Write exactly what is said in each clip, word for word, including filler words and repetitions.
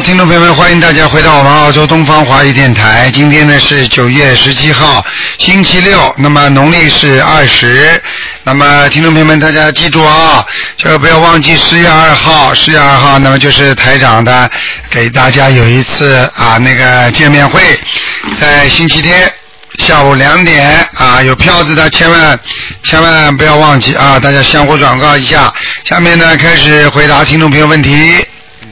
听众朋友们，欢迎大家回到我们澳洲东方华语电台。今天呢是九月十七号，星期六，那么农历是二十。那么听众朋友们，大家记住啊，这个不要忘记十月二号，十月二号，那么就是台长的给大家有一次啊那个见面会，在星期天下午两点啊，有票子的千万千万不要忘记啊，大家相互转告一下。下面呢开始回答听众朋友问题。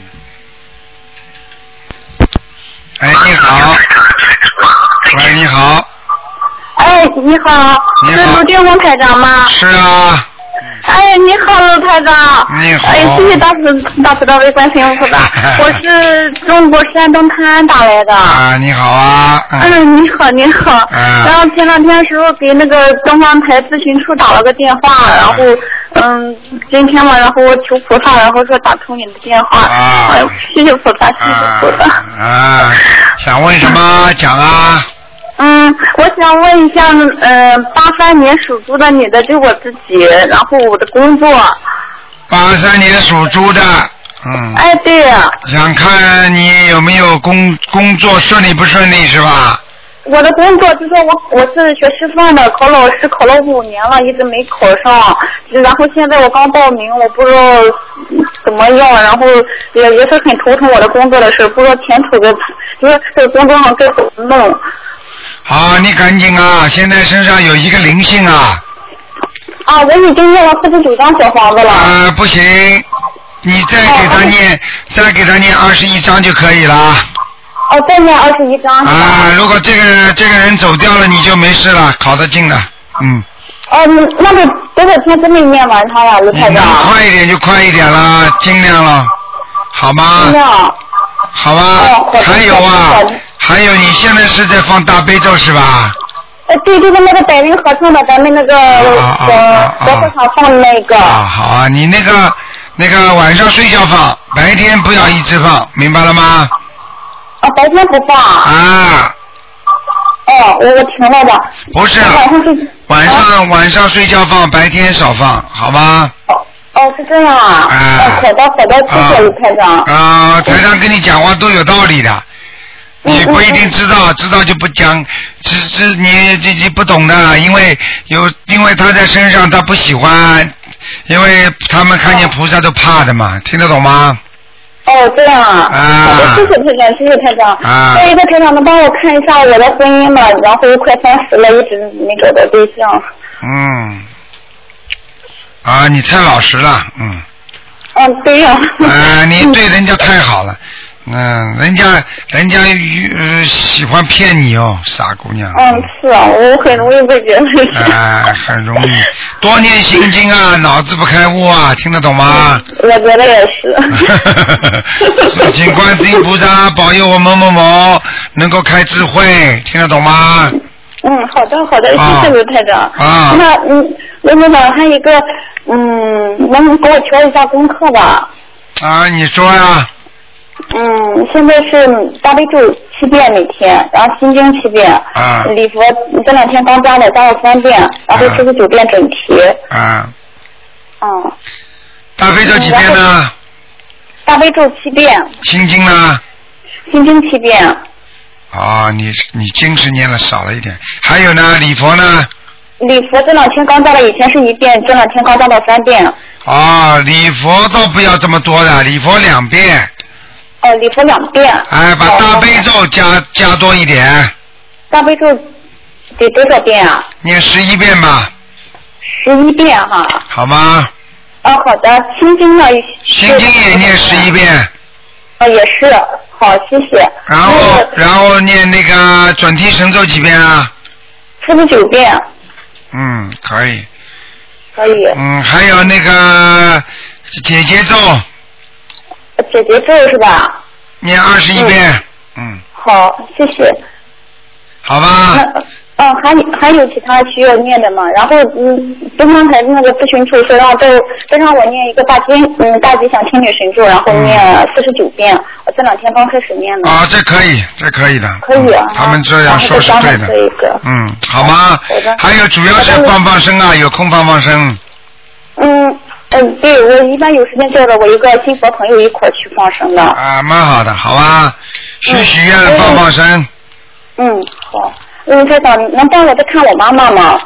哎，你好。喂，你好。 哎，你好。 你好。 是卢俊宏台长吗？ 是啊。 哎，你好，卢台长。 你好。 哎，谢谢大慈大慈大悲观世音菩萨。我是中国山东泰安打来的。 啊，你好啊。 嗯，嗯你好，你好。 嗯。 然后前两天时候给那个东方台咨询处打了个电话，然后嗯，今天嘛，然后我求菩萨，然后说打通你的电话。 啊。 哎，谢谢菩萨，谢谢菩萨。 啊。啊想问什么？讲啊。 嗯，我想问一下，呃，八三年属猪的女的，就我自己，然后我的工作。 八三年属猪的，嗯。 哎，对。 想看你有没有工工作顺利不顺利是吧？ 我的工作就是我我是学师范的，考老师考了五年了，一直没考上。然后现在我刚报名，我不知道怎么样，然后也也是很头疼我的工作的事，不知道前途的，就是这个工作上该怎么弄。 好，你赶紧啊！现在身上有一个灵性啊。 啊，我已经念了四十九张小房子了。 啊，不行，你再给他念，哦、再给他念二十一张就可以了。 哦，再念二十一张。 啊，如果这个这个人走掉了，你就没事了，考得进了，嗯。 哦，那得多少天之内念完他呀，卢台长？ 能快一点就快一点了，尽量了，好吗？ 尽量。 好吧。 哦、 还有啊。还有，你现在是在放大悲咒是吧？ 呃，对，就是那个百人合唱的，咱们那个呃佛会场放的那个。 啊，好啊，你那个那个晚上睡觉放，白天不要一直放，明白了吗？ 啊，白天不放。 啊。 哦，我我停了的。 不是。 晚上睡。 晚上、啊、晚上睡觉放，白天少放，好吗？ 哦哦，是这样啊。啊。哦，好的好的，谢谢卢台长。 啊，台长跟你讲话都有道理的。你不一定知道，知道就不讲，只是你你你不懂的，因为有因为他在身上他不喜欢，因为他们看见菩萨都怕的嘛，听得懂吗？ 哦，这样啊。啊。好的，谢谢台长，谢谢台长。啊。再一个台长能帮我看一下我的婚姻吗？然后快三十了，一直没找到对象。 嗯。啊，你太老实了，嗯。 嗯，对呀。 啊，你对人家太好了。嗯，人家人家呃喜欢骗你哦，傻姑娘。 嗯，是啊，我很容易被别人骗。 啊，很容易，多念心经啊，脑子不开悟啊，听得懂吗？ 我觉得也是。请观世音菩萨保佑我某某某能够开智慧，听得懂吗？ 嗯，好的好的，谢谢卢台长。啊。那嗯，卢台长还有一个嗯，能不能给我调一下功课吧？ 啊，你说呀、啊。 嗯，现在是大悲咒七遍每天，然后心经七遍， 啊， 礼佛这两天刚加的加了三遍，然后四十九遍整题。 啊。 嗯。 大悲咒几遍呢？ 大悲咒七遍。 心经呢？ 心经七遍。 哦，你你经是念了少了一点，还有呢，礼佛呢？ 礼佛这两天刚加了，以前是一遍，这两天刚加到三遍。 哦，礼佛都不要这么多的，礼佛两遍。 哦，礼佛两遍。 哎，把大悲咒加、哦、加多一点。 大悲咒得多少遍啊？ 念十一遍吧。 十一遍哈。 好吗？ 哦，好的。心经呢？ 心经也念十一遍。 哦，也是。好，谢谢。 然后，然后念那个准提神咒几遍啊？ 四十九遍。 嗯，可以。 可以。 嗯，还有那个姐姐咒。 姐姐咒是吧？ 念二十一遍。嗯。嗯好，谢谢。 好吧。 嗯，还还有其他需要念的吗？然后嗯，东方台那个咨询处说让再再让我念一个大吉嗯大吉祥天女神咒，然后念四十九遍。我这两天刚开始念的。 啊，这可以，这可以的。 可以啊。 嗯、他们这样说是对的。 这个、 嗯，好吗？ 好的。 还有主要是放放生啊，有空放放生。 嗯， 嗯，对，我一般有时间叫着我一个新佛朋友一块儿去放生的。 啊，蛮好的，好吧？许许愿了，放放生。 嗯，好。嗯，台长，能帮我再看我妈妈吗？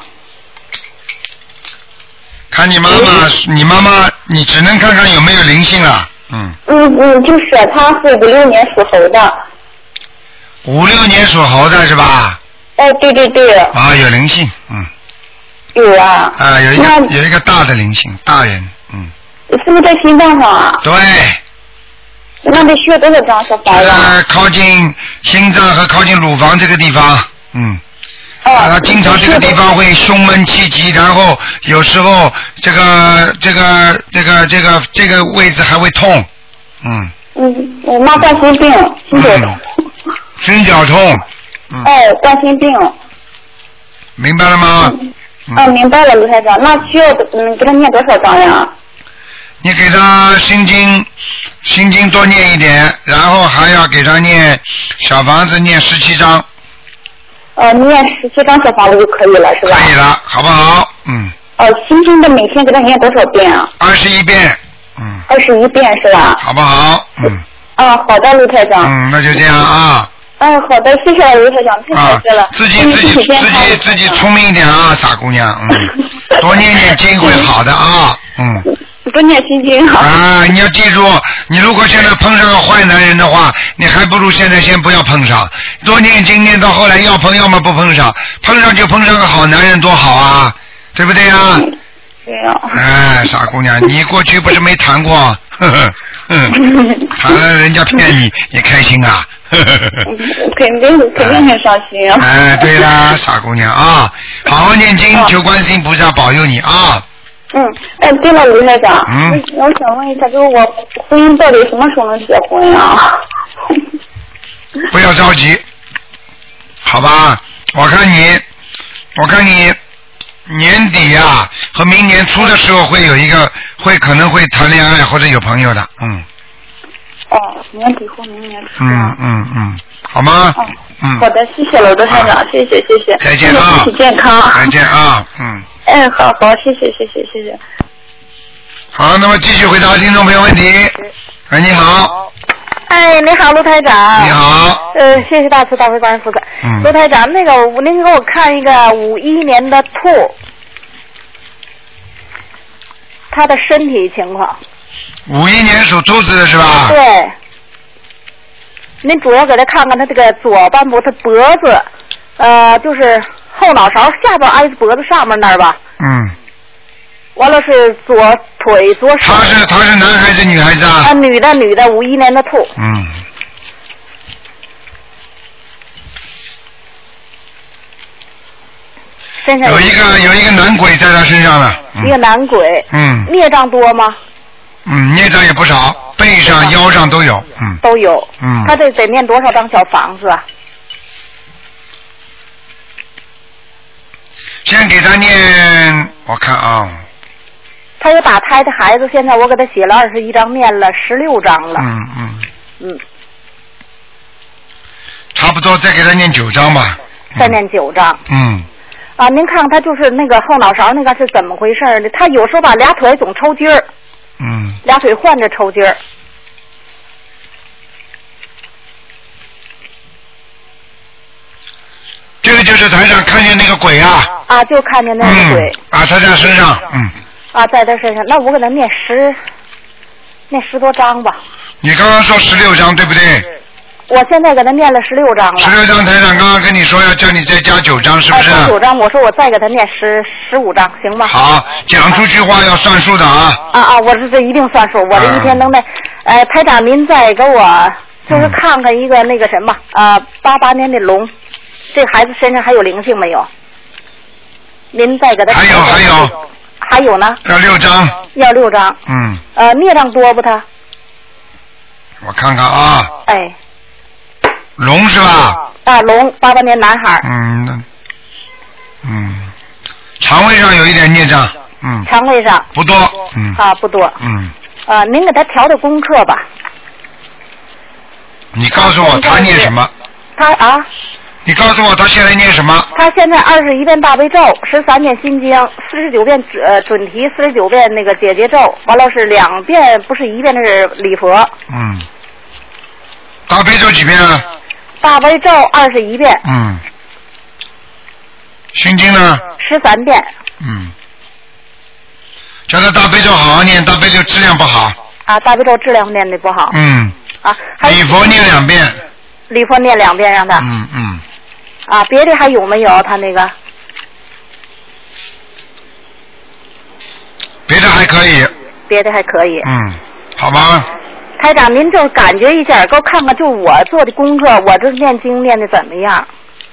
看你妈妈，你妈妈，你只能看看有没有灵性了。嗯。 嗯嗯，就是她是五六年属猴的。 五六年属猴的是吧？ 哎，对对对。 啊，有灵性，嗯。 有啊。 啊，有一个有一个大的灵性，大人，嗯。 是不是在心脏上啊？ 对。 那得需要多少张小房子？ 呃，靠近心脏和靠近乳房这个地方，嗯。 哦。 啊，他经常这个地方会胸闷气急，然后有时候这个这个这个这个这个位置还会痛，嗯。 嗯，我妈冠心病，心绞痛。 心绞痛。嗯。 哎，冠心病。 明白了吗？ 嗯。啊，明白了，卢台长。那需要嗯给他念多少章呀？ 你给他心经，心经多念一点，然后还要给他念小房子念十七章。 呃，念十七张小房子就可以了，是吧？ 可以了，好不好？嗯。 哦，心经的每天给他念多少遍啊？ 二十一遍。嗯。 二十一遍是吧？ 好不好？嗯。 啊，好的，卢台长。 嗯，那就这样啊。 哎，好的，谢谢卢台长，太感谢了。 啊、自己自己自己自己聪明一点啊，傻姑娘，嗯，多念念经会好的啊，嗯。 多念心经啊。 啊，你要记住，你如果现在碰上个坏男人的话，你还不如现在先不要碰上。多念经念到后来要碰，要么不碰上，碰上就碰上个好男人多好啊，对不对呀、啊？ 对呀、啊。 哎，傻姑娘，你过去不是没谈过？呵呵，嗯，谈了人家骗你，你开心啊？ 肯定肯定很伤心啊！ 哎，对啦，傻姑娘啊，好好念经，求观世音菩萨保佑你啊！ 嗯，哎，对了，卢台长， 嗯， 我想问一下，就是我婚姻到底什么时候能结婚呀？ 不要着急，好吧？我看你，我看你年底啊和明年初的时候会有一个，会可能会谈恋爱或者有朋友的，嗯。 哦，年底或明年初。 嗯嗯嗯，好吗？ 哦， 嗯。 好的，谢谢卢台长， 啊、 谢谢谢谢。 再见啊！ 身体健康。 再见啊！嗯。 哎，好好，谢谢谢谢谢谢。 好，那么继续回答听众朋友问题。哎，你好。 哎，你好，卢台长。 你好。 呃，谢谢大慈大悲观世菩萨。 嗯。 卢台长，那个您给我看一个五一年的兔，他的身体情况。 五一年属兔子的是吧？ 对。您主要给他看看他这个左半部，他脖子，呃，就是后脑勺下边挨着脖子上面那儿吧。 嗯。 完了是左腿左手。 他是他是男孩子女孩子啊？ 啊，女的女的，五一年的兔。 嗯。 身上有一个有一个男鬼在他身上了。 嗯、一个男鬼。 嗯。 孽障多吗？ 嗯，孽障也不少，背上、腰上都有，嗯。 都有。 嗯。 他这得念多少张小房子啊？ 先给他念，我看啊。 他有打胎的孩子，现在我给他写了二十一章，念了十六章了。 嗯嗯。 嗯。 差不多，再给他念九章吧。 再念九章。 嗯。 啊，您看看他就是那个后脑勺那个是怎么回事呢？他有时候吧，俩腿总抽筋儿。 嗯。 俩腿换着抽筋儿。 这个就是台上看见那个鬼啊。 啊，就看见那个鬼。 嗯、啊，他在身上，嗯。 啊，在他身上，那我给他念十，念十多章吧。 你刚刚说十六章对不对？ 我现在给他念了十六章了。 十六章，台长刚刚跟你说要叫你再加九章，是不是？ 加九章，我说我再给他念十十五章，行吗？ 好，讲出句话要算数的啊。 啊啊，我这这一定算数，我这一天能耐。啊、呃，台长您再给我就是看看一个那个什么啊，八八年的龙，这孩子身上还有灵性没有？您再给他看看。 还有还有。 还有呢？ 要六张。 要六张。 嗯。 呃，孽障多不他？ 我看看啊。 哎。 龙是吧？ 啊，龙，八八年男孩。 嗯，嗯，肠胃上有一点孽障，嗯。 肠胃上。 不多，嗯。 啊，不多。 嗯。 啊，您给他调调功课吧。 你告诉我他念什么？ 他啊。 你告诉我他现在念什么？ 他现在二十一遍大悲咒，十三遍心经，四十九遍呃准提，四十九遍那个解结咒，完了是两遍，不是一遍，是礼佛。 嗯。大悲咒几遍啊？ 大悲咒二十一遍。 嗯。心经呢？ 十三遍。 嗯。叫他大悲咒好好念，大悲咒质量不好。 啊，大悲咒质量念的不好。 嗯。 啊， 礼佛念两遍。 礼佛念两遍让他。 嗯嗯。 啊，别的还有没有？他那个。 别的还可以。 别的还可以。 嗯，好吧。 台长，您就感觉一下，给我看看，就我做的功课，我这念经念的怎么样？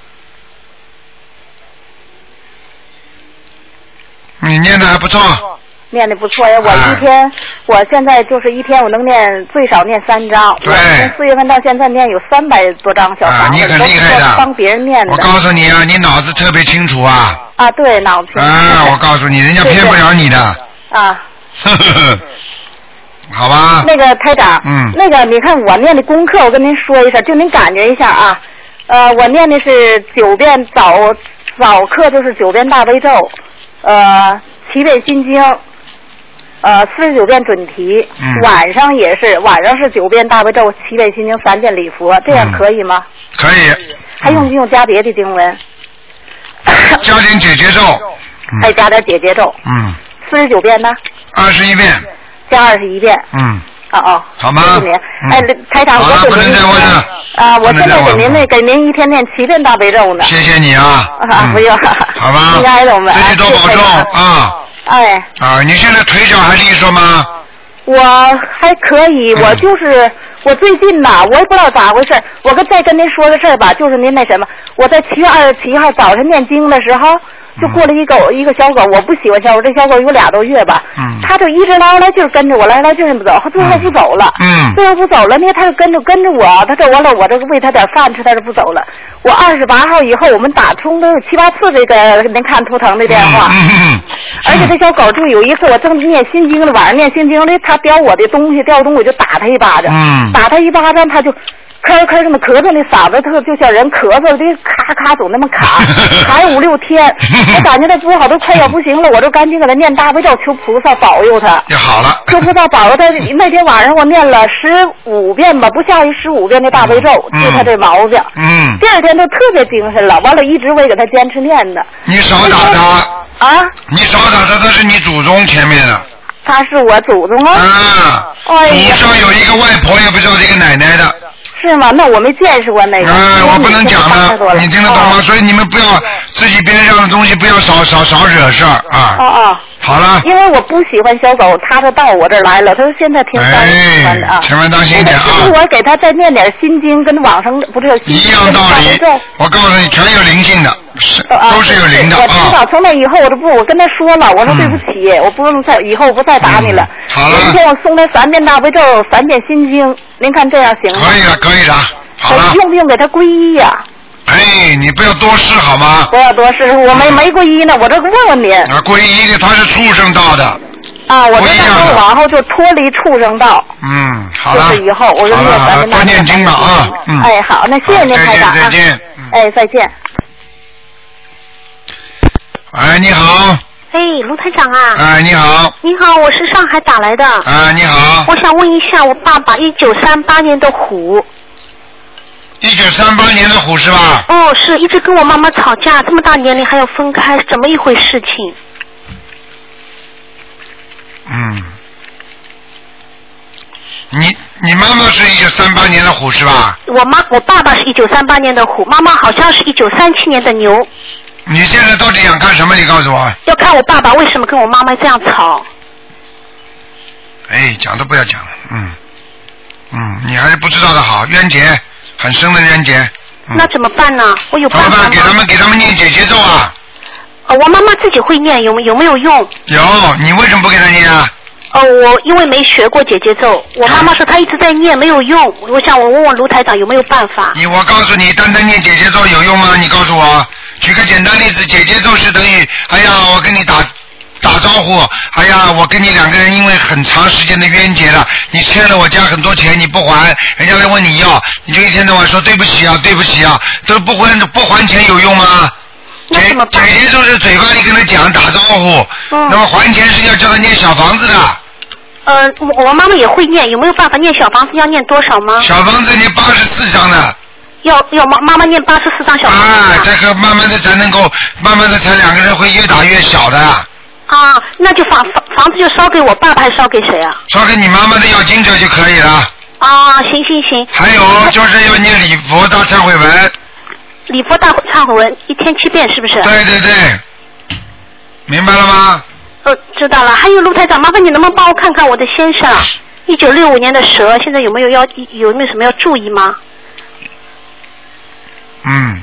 你念的还不错。 念的不错呀，我一天，哎、我现在就是一天我能念最少念三章。 对。 从四月份到现在念有三百多张小房子， 啊，你很厉害的。 帮别人念的。 我告诉你啊，你脑子特别清楚啊。 啊，对，脑子清楚。 啊，我告诉你，人家骗不了你的。 啊。 呵呵呵。好吧。 那个台长。 嗯。 那个，你看我念的功课，我跟您说一声，就您感觉一下啊。呃，我念的是九遍早早课，就是九遍大悲咒，呃，七遍心经。呃，四十九遍准提、 嗯， 晚上也是，晚上是九遍大悲咒，七遍心经，三遍礼佛，这样可以吗？ 嗯、可以。 还用不用加别的经文？ 加点解结咒。 嗯、还加点解结咒。 嗯。 四十九遍呢？ 二十一遍。 加二十一遍。 嗯。 哦哦。 好吗？ 谢谢您。嗯、哎，台长，我给您啊，我现在给您那给您一天念七遍大悲咒呢。 谢谢你啊。 啊，不用。 好吧。 亲爱的我们， 自己多保重啊。 哎。 啊，你现在腿脚还利索吗？ 我还可以，我就是我最近呐，我也不知道咋回事。我跟再跟您说个事儿吧，就是您那什么，我在七月二十七号早晨念经的时候，就过了一狗、嗯、一个小狗，我不喜欢小狗，这小狗有俩多月吧， 嗯， 它就一直来来劲跟着我，来来劲不走，最后不走了， 嗯， 最后不走了呢，它就跟着跟着我，它这完了，我这个喂它点饭吃，它就不走了。我二十八号以后，我们打通都有七八次这个您看图腾的电话， 嗯嗯， 而且这小狗就有一次我正念心经了，晚上念心经了，它叼我的东西，叼东西我就打它一巴掌， 嗯， 打它一巴掌，它就咳咳这么咳嗽，那嗓子特就像人咳嗽的咔咔总那么卡，卡五六天，我感觉它不好，都快要不行了，我就赶紧给它念大悲咒，求菩萨保佑它。 就好了。 求菩萨保佑它。那天晚上我念了十五遍吧，不下于十五遍的大悲咒， 嗯、 治它这毛病。 嗯。 第二天都特别精神了，完了一直我也给它坚持念的。 你少打它。 啊？ 你少打它，它是你祖宗前面的。 他是我祖宗啊。 啊。 哎呀。 祖上有一个外婆，也不知道这个奶奶的。 是吗？那我没见识过那个。 嗯，我不能讲的，你听得懂吗？ 哦、 所以你们不要自己边上的东西不要少少少惹事儿啊。 哦哦。 好了。 因为我不喜欢小狗，它就到我这儿来了，它说现在挺喜欢的啊。 千万当心点啊！ 是不是我给它再念点心经，跟往生不是一样道理。我告诉你，全有灵性的，是、啊、都是有灵的啊。 我知道，从那以后我就不，我跟他说了，我说对不起，嗯、我不用再以后不再打你了。 嗯、好了。 有一天我送他三遍大悲咒，三遍心经，您看这样行吗？ 可以了，可以了。好了。 用不用给他皈依呀、啊？ 哎，你不要多事好吗？ 不要多事，我没、嗯、没皈依呢，我这个问问您。 啊，皈依的他是畜生道的。 啊，我这样往后就脱离畜生道。 嗯，好了。 就是以后我就念咱们多念经吧啊。 嗯。哎，好，那谢谢您台长啊。 再见。 哎，再见。 哎，你好。 哎，卢台长啊！ 哎，你好！ 你好，我是上海打来的。 哎，你好！ 我想问一下，我爸爸一九三八年的虎。 一九三八年的虎是吧？ 哦，是一直跟我妈妈吵架，这么大年龄还要分开，怎么一回事情？ 嗯。你你妈妈是一九三八年的虎是吧？ 我妈我爸爸是一九三八年的虎，妈妈好像是一九三七年的牛。 你现在到底想看什么？你告诉我。 要看我爸爸为什么跟我妈妈这样吵。 哎，讲都不要讲了，嗯，嗯，你还是不知道的好，冤结很深的冤结。嗯、 那怎么办呢？我有办法吗？ 怎么办？给他们给他们念解结咒啊。 哦，我妈妈自己会念，有有没有用？ 有，你为什么不给她念啊？ 哦，我因为没学过解结咒，我妈妈说她一直在念没有用，我想我问问卢台长有没有办法。 你我告诉你，单单念解结咒有用吗？你告诉我。举个简单例子，解结咒是等于，哎呀，我跟你打打招呼，哎呀，我跟你两个人因为很长时间的冤结了，你欠了我家很多钱你不还，人家来问你要，你就一天到晚说对不起啊对不起啊，都不还不还钱有用吗？姐姐姐就是嘴巴里跟他讲打招呼，嗯、那么还钱是要叫他念小房子的。 呃，我我妈妈也会念，有没有办法念小房子？要念多少吗？ 小房子念八十四章的。 要要妈妈妈念八十四张小房子。 啊，这个慢慢的才能够，慢慢的才两个人会越打越小的。 啊，那就房房房子就烧给我爸爸，还烧给谁啊？ 烧给你妈妈的要经者就可以了。 啊，行行行。 还有就是要念礼佛大忏悔文。 礼佛大忏悔文一天七遍是不是？ 对对对，明白了吗？ 呃，知道了。还有卢台长，麻烦你能不能帮我看看我的先生，一九六五年的蛇，现在有没有要有没有什么要注意吗？ 嗯，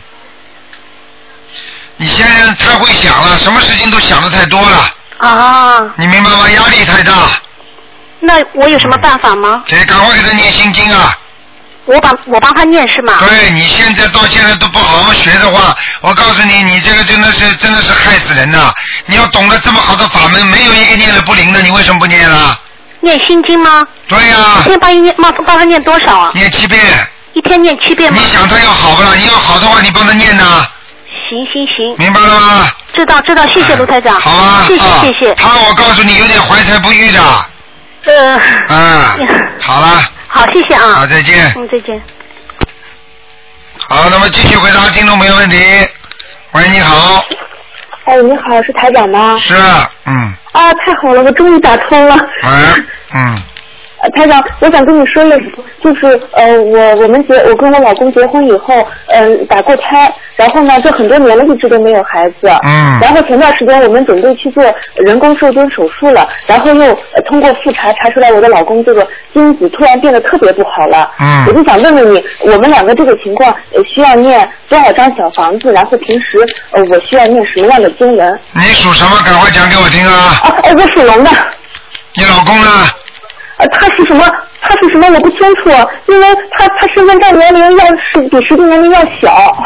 你先生太会想了，什么事情都想得太多了。啊。你明白吗？压力太大。 那我有什么办法吗？ 得赶快给他念心经啊。 我帮我帮他念是吗？ 对，你现在到现在都不好好学的话，我告诉你，你这个真的是真的是害死人呐！你要懂得这么好的法门，没有一个念了不灵的，你为什么不念了？ 念心经吗？ 对呀、啊。 一天帮念帮帮他念多少啊？ 念七遍。 一天念七遍吗？ 你想他要好不啦？你要好的话，你帮他念呐。 行行行。 明白了吗？ 知道知道，谢谢卢台长。 好啊。 谢谢、啊、谢谢。 他我告诉你，有点怀才不遇的。 呃。 嗯。好了。 好，谢谢啊。 好，再见。 嗯，再见。 好，那么继续回答听众朋友问题。喂，你好。 哎，你好，是台长吗？ 是，嗯。 啊，太好了，我终于打通了。 哎，嗯。 呃，台长，我想跟你说一个，就是呃，我我们结我跟我老公结婚以后，嗯、呃，打过胎，然后呢，这很多年了，一直都没有孩子。嗯。然后前段时间我们准备去做人工受精手术了，然后又、呃、通过复查查出来我的老公这个精子突然变得特别不好了。嗯。我就想问问你，我们两个这个情况呃需要念多少张小房子？然后平时呃我需要念什么样的经文？ 你属什么？赶快讲给我听啊！ 啊，呃、我属龙的。 你老公呢？ 呃，他是什么？他是什么？我不清楚，因为他他身份证年龄要是比实际年龄要小。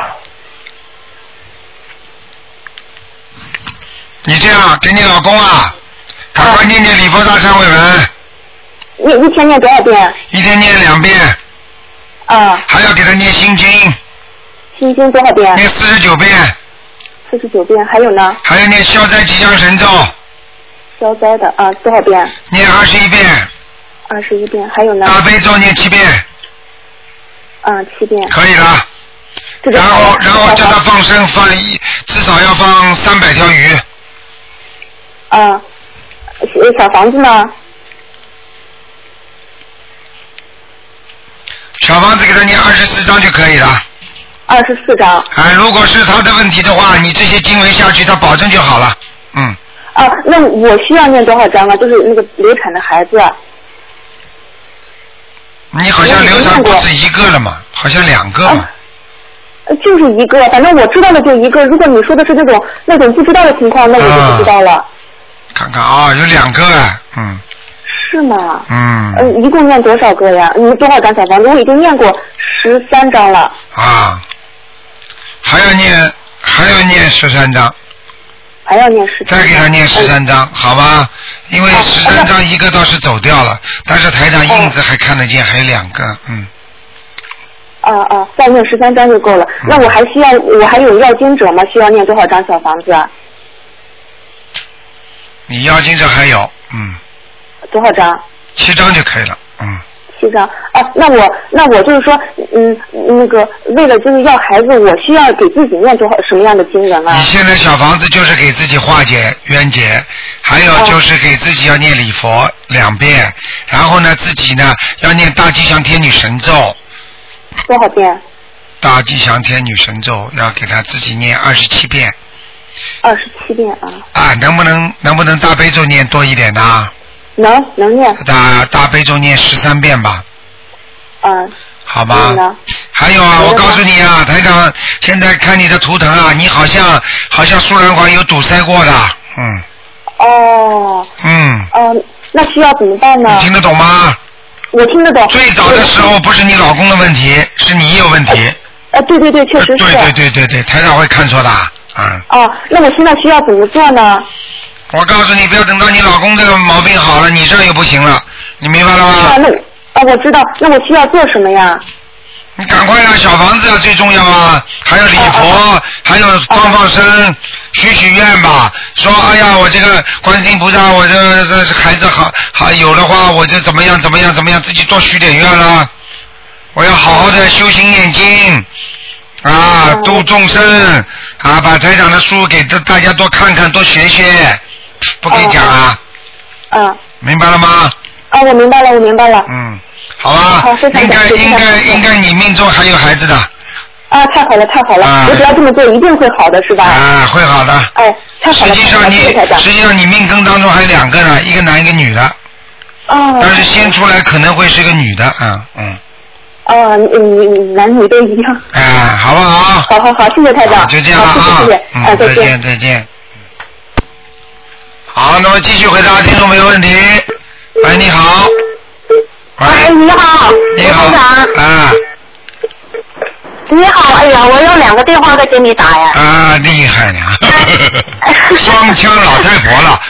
你这样给你老公啊，赶快念念礼佛大忏悔文。 你一天念多少遍？ 一天念两遍。 啊。 还要给他念心经。 心经多少遍？ 念四十九遍。 四十九遍，还有呢？ 还要念消灾吉祥神咒。 消灾的啊，多少遍？ 念二十一遍。 二十一遍，还有呢？ 大悲咒念七遍。 啊，七遍。 可以了。然后，然后叫他放生，放一至少要放三百条鱼。 啊，小房子呢？ 小房子给他念二十四章就可以了。 二十四章。 啊，如果是他的问题的话，你这些经文下去，他保证就好了。嗯。 啊，那我需要念多少章啊？就是那个流产的孩子。 你好像流产不止一个了嘛，好像两个嘛、 啊。就是一个，反正我知道的就一个。如果你说的是那种那种不知道的情况，那我就不知道了。啊、 看看啊，有两个啊，嗯。 是吗？ 嗯。 呃，一共念多少个呀？你多少张小房子？我已经念过十三张了。 啊，还要念，还要念十三张。 还要念十三。 再给他念十三章，好吧？因为十三章一个倒是走掉了，但是台长印子还看得见，还有两个，嗯。 啊啊，再念十三章就够了。嗯、那我还需要，我还有要经者吗？需要念多少张小房子啊？ 你要经者还有，嗯。 多少张？ 七张就可以了，嗯。 七张啊，那我那我就是说，嗯，那个为了就是要孩子，我需要给自己念多少什么样的经文啊？ 你现在小房子就是给自己化解冤结，还有就是给自己要念礼佛两遍，然后呢自己呢要念大吉祥天女神咒。 多少遍？ 大吉祥天女神咒要给他自己念二十七遍。 二十七遍啊。啊， 能不能能不能大悲咒念多一点呢？ 能能念。 大大悲咒念十三遍吧。 嗯。 好吧。还有啊，我告诉你啊，台长，现在看你的图腾啊，你好像好像输卵管有堵塞过的，嗯。 哦。 嗯。 嗯，那需要怎么办呢？ 你听得懂吗？ 我听得懂。 最早的时候不是你老公的问题，是你有问题。 呃，对对对，确实是。 对对对对对，台长会看错的，嗯。 哦，那我现在需要怎么做呢？ 我告诉你，不要等到你老公这个毛病好了，你这又不行了，你明白了吗？ 啊，那我啊，我知道，那我需要做什么呀？ 你赶快啊，小房子啊最重要啊，还有礼佛，啊啊、还有放放生，啊、许许愿吧。说哎呀，我这个观世音菩萨，我这这孩子好好有的话，我这怎么样怎么样怎么样，自己多许点愿了。我要好好的修心念经啊，度众生啊，把台长的书给大家多看看，多学学。不可以讲啊。 嗯、啊。 明白了吗？ 啊，我明白了，我明白了。 嗯。好吧，应该应该应该你命中还有孩子的。 啊，太好了太好了，啊、我只要这么做一定会好的是吧？ 啊，会好的。 哎，太好了。 实际上你实际上你命根当中还有两个呢，一个男一个女的。 哦。 但是先出来可能会是个女的，嗯嗯。 哦，你你男女都一样。 哎，好不好？ 好好好，谢谢台长。 就这样啊， 谢谢谢谢， 嗯， 啊， 再见再见。好，那么继续回答听众没有问题。喂，你好。 喂，你好， 你好，啊， 你好，哎呀，我有两个电话在给你打呀。 啊，厉害呢，双枪老太婆了。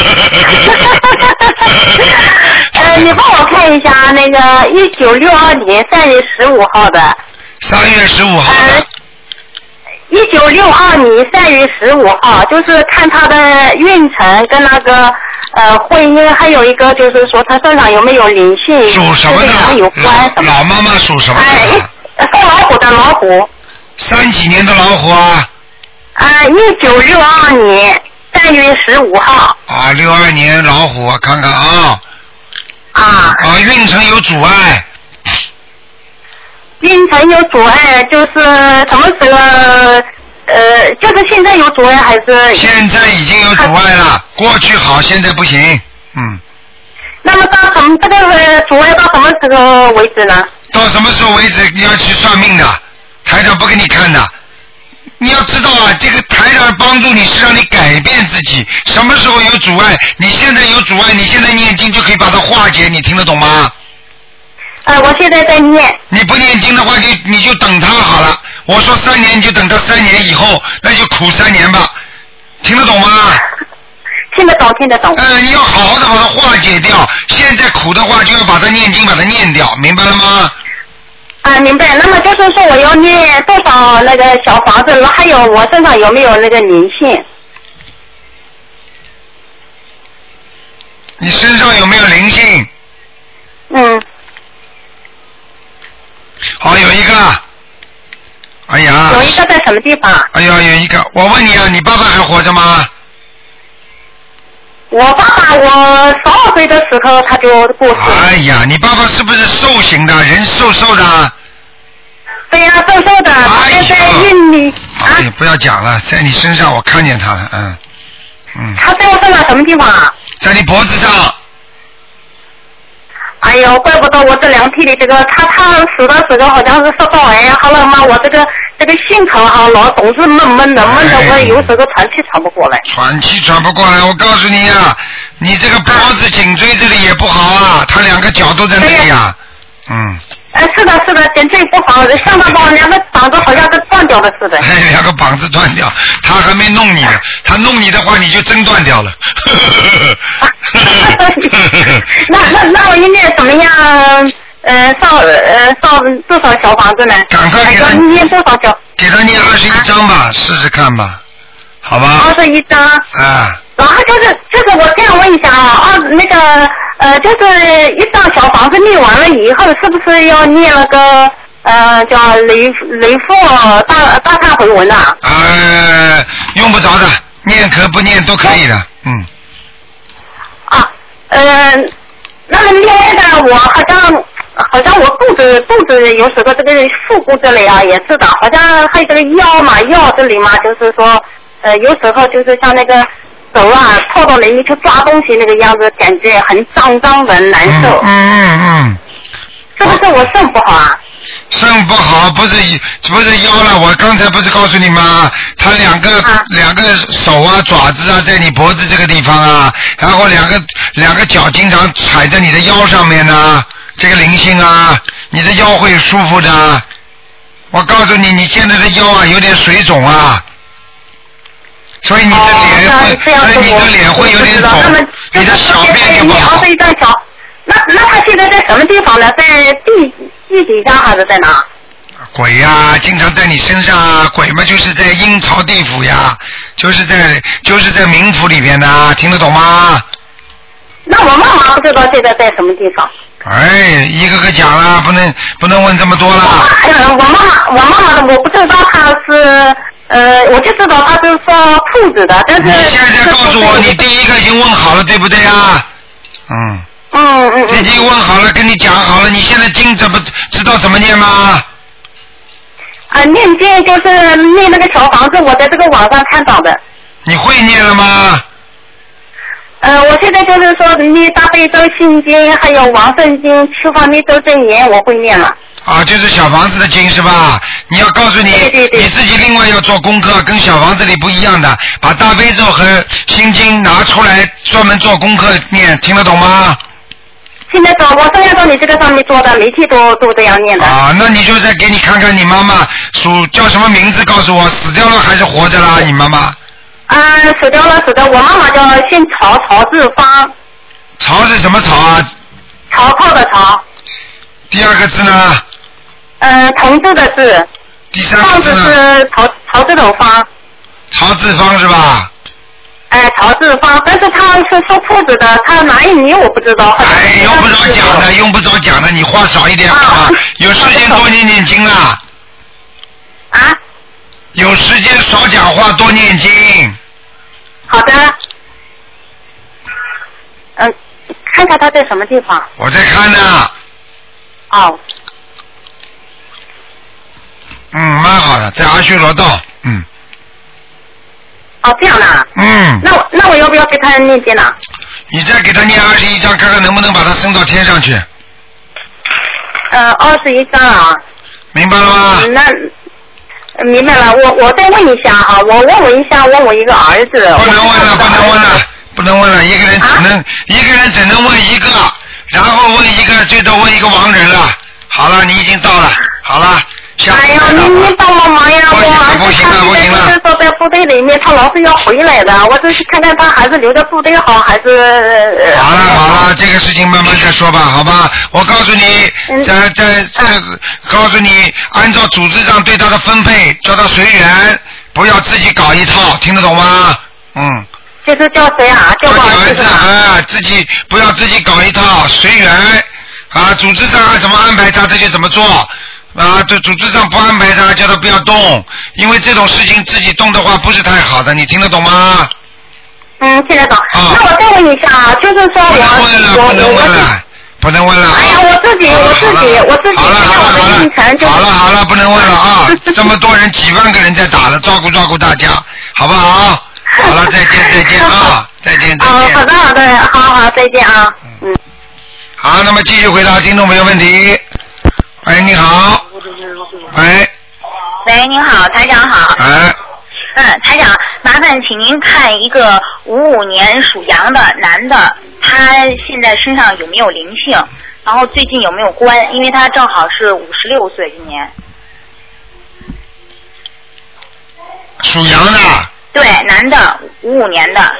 呃，你帮我看一下那个一九六二年三月十五号的。 三月十五号的。 一九六二年三月十五号，就是看他的运程跟那个呃婚姻，还有一个就是说他身上有没有灵性， 属什么的？ 有关什么？ 老妈妈属什么的？ 哎，属老虎的老虎。 三几年的老虎啊？ 啊，一九六二年三月十五号。 啊，六二年老虎，看看啊。 啊。 啊，运程有阻碍。 运程有阻碍，就是什么时候？呃，就是现在有阻碍还是？ 现在已经有阻碍了，过去好，现在不行，嗯。 那么到什么这个阻碍到什么时候为止呢？ 到什么时候为止？你要去算命的，台长不给你看的。你要知道啊，这个台长帮助你是让你改变自己。什么时候有阻碍？你现在有阻碍，你现在念经就可以把它化解，你听得懂吗？ 呃，我现在在念。 你不念经的话，就你就等他好了。我说三年，你就等他三年以后，那就苦三年吧。听得懂吗？ 听得懂，听得懂。 呃，你要好好的把它化解掉。现在苦的话，就要把它念经，把它念掉，明白了吗？ 啊，明白。那么就是说，我要念多少那个小房子？还有我身上有没有那个灵性？ 你身上有没有灵性？ 嗯。 好，有一个。哎呀。 有一个在什么地方？ 哎呀，有一个。我问你啊，你爸爸还活着吗？ 我爸爸，我十二岁的时候他就过世。 哎呀，你爸爸是不是瘦型的，人瘦瘦的？ 对呀、啊，瘦瘦的， 哎呀， 在孕里啊。 哎呀，不要讲了，在你身上我看见他了，嗯嗯。 他在我身上什么地方啊？ 在你脖子上。 哎呦，怪不得我这两天的这个，他他死的时候好像是说到哎呀，好了妈，我这个这个心肠哈，老总是闷闷的，闷的我有时候喘气喘不过来。 喘气喘不过来，我告诉你呀、啊，你这个脖子、颈椎这里也不好啊，他两个脚都在那里呀，嗯。 哎，是的，是的，颈椎不好，上半膀两个膀子好像是断掉的似的。 哎，两个膀子断掉，他还没弄你呢，他弄你的话，你就真断掉了。 那那那我应该怎么样？呃，上呃上多少小房子呢？ 赶快给他念多少小？ 给他念二十一章吧，啊、试试看吧，好吧？ 二十一章。 啊。 然后就是就是我这样问一下啊，啊那个呃就是一张小房子念完了以后，是不是要念那个呃叫雷雷佛大大忏悔文啊？ 呃，用不着的，念可不念都可以的，嗯。 啊，呃，那么另外的我好像好像我肚子肚子有时候这个腹部这里啊也是的，好像还有这个腰嘛腰这里嘛，就是说呃有时候就是像那个。手啊，套到里面去抓东西那个样子，感觉很脏脏的，难受。 嗯嗯嗯。 是不是我肾不好啊？ 肾不好不是不是腰了，我刚才不是告诉你吗？他两个、啊、两个手啊爪子啊在你脖子这个地方啊，然后两个两个脚经常踩在你的腰上面呢、啊，这个灵性啊，你的腰会舒服的。我告诉你，你现在的腰啊有点水肿啊。 所以你的脸会， 哦、 所以你的脸会有点肿，你的小便就不好。 这一张小，那那他现在在什么地方呢？在地地底下还是在哪？ 鬼呀、啊，经常在你身上啊！鬼嘛，就是在阴曹地府呀，就是在就是在冥府里边的、啊，听得懂吗？ 那我妈妈不知道现在在什么地方。 哎，一个个讲了，不能不能问这么多了。 我妈妈，我妈妈的我不知道她是，呃，我就知道她是说兔子的，但是。 你现在告诉我，你第一个已经问好了，对不对啊？嗯。 嗯嗯嗯。 已经问好了，跟你讲好了，你现在经怎么知道怎么念吗？ 啊，念经就是念那个小房子，我在这个网上看到的。 你会念了吗？ 呃，我现在就是说念大悲咒心经，还有往生经，七方面都真言，我会念了。 啊，就是小房子的经是吧？你要告诉你， 对对对， 你自己另外要做功课，跟小房子里不一样的，把大悲咒和心经拿出来专门做功课念，听得懂吗？ 现在找我正要到你这个上面做的，每天都都这样念的。 啊，那你就再给你看看你妈妈属叫什么名字，告诉我死掉了还是活着啦？你妈妈？ 啊，死掉了，死掉。我妈妈叫姓曹，曹志芳。 曹是什么曹啊？ 曹操的曹。 第二个字呢？ 呃，同志的志。 第三个字呢？ 方字是曹曹志的方。 曹志芳是吧？ 哎，曹志芳，但是他是说兔子的，他哪一年我不知道。 哎，用不着讲的，用不着讲的，你话少一点好吗？有时间多念念经啊。 啊？ 有时间少讲话，多念经。 好的。嗯、呃，看看他在什么地方。 我在看呢。 哦。 嗯，蛮好的，在阿修罗道，嗯。 哦，这样的。 嗯。 那我那我要不要给他念经呢？ 你再给他念二十一章，看看能不能把他升到天上去。 呃，二十一章啊。 明白了吗？ 嗯、那明白了，我我再问一下哈，我问问一下，问我一个儿子。 不能问了，不能问了，不能问了，一个人只能、啊、一个人只能问一个，然后问一个，最多问一个亡人了。好了，你已经到了，好了。 哎呀，你你帮帮忙呀！我儿子他现在就是说在部队里面，他老是要回来的，我就是看看他还是留在部队好，还是。 好了好了，这个事情慢慢再说吧，好吧？我告诉你，在在这、嗯，告诉你，按照组织上对他的分配，叫他随缘，不要自己搞一套，听得懂吗？嗯。 就是叫谁啊？叫我儿子啊，自己不要自己搞一套，随缘啊，组织上怎么安排他，他就怎么做。啊，这组织上不安排他，叫他不要动，因为这种事情自己动的话不是太好的，你听得懂吗？ 嗯，听得懂。 啊、 那我再问一下，就是说我不能问了，不能问了，不能问了。 哎呀，我自己，我自己，我自己， 好了好了好了，好了好了，不能问了啊！这么多人，几万个人在打了，照顾照顾大家，好不好？好了，再见再见啊，再见再见。 啊，好的好的，好好再见啊。嗯。 好，那么继续回答听众朋友问题。喂，你好。喂。 喂，您好，台长好。 哎。 嗯，台长，麻烦请您看一个五五年属羊的男的，他现在身上有没有灵性？然后最近有没有关？因为他正好是五十六岁今年。 属羊的。 对，男的，五五年的。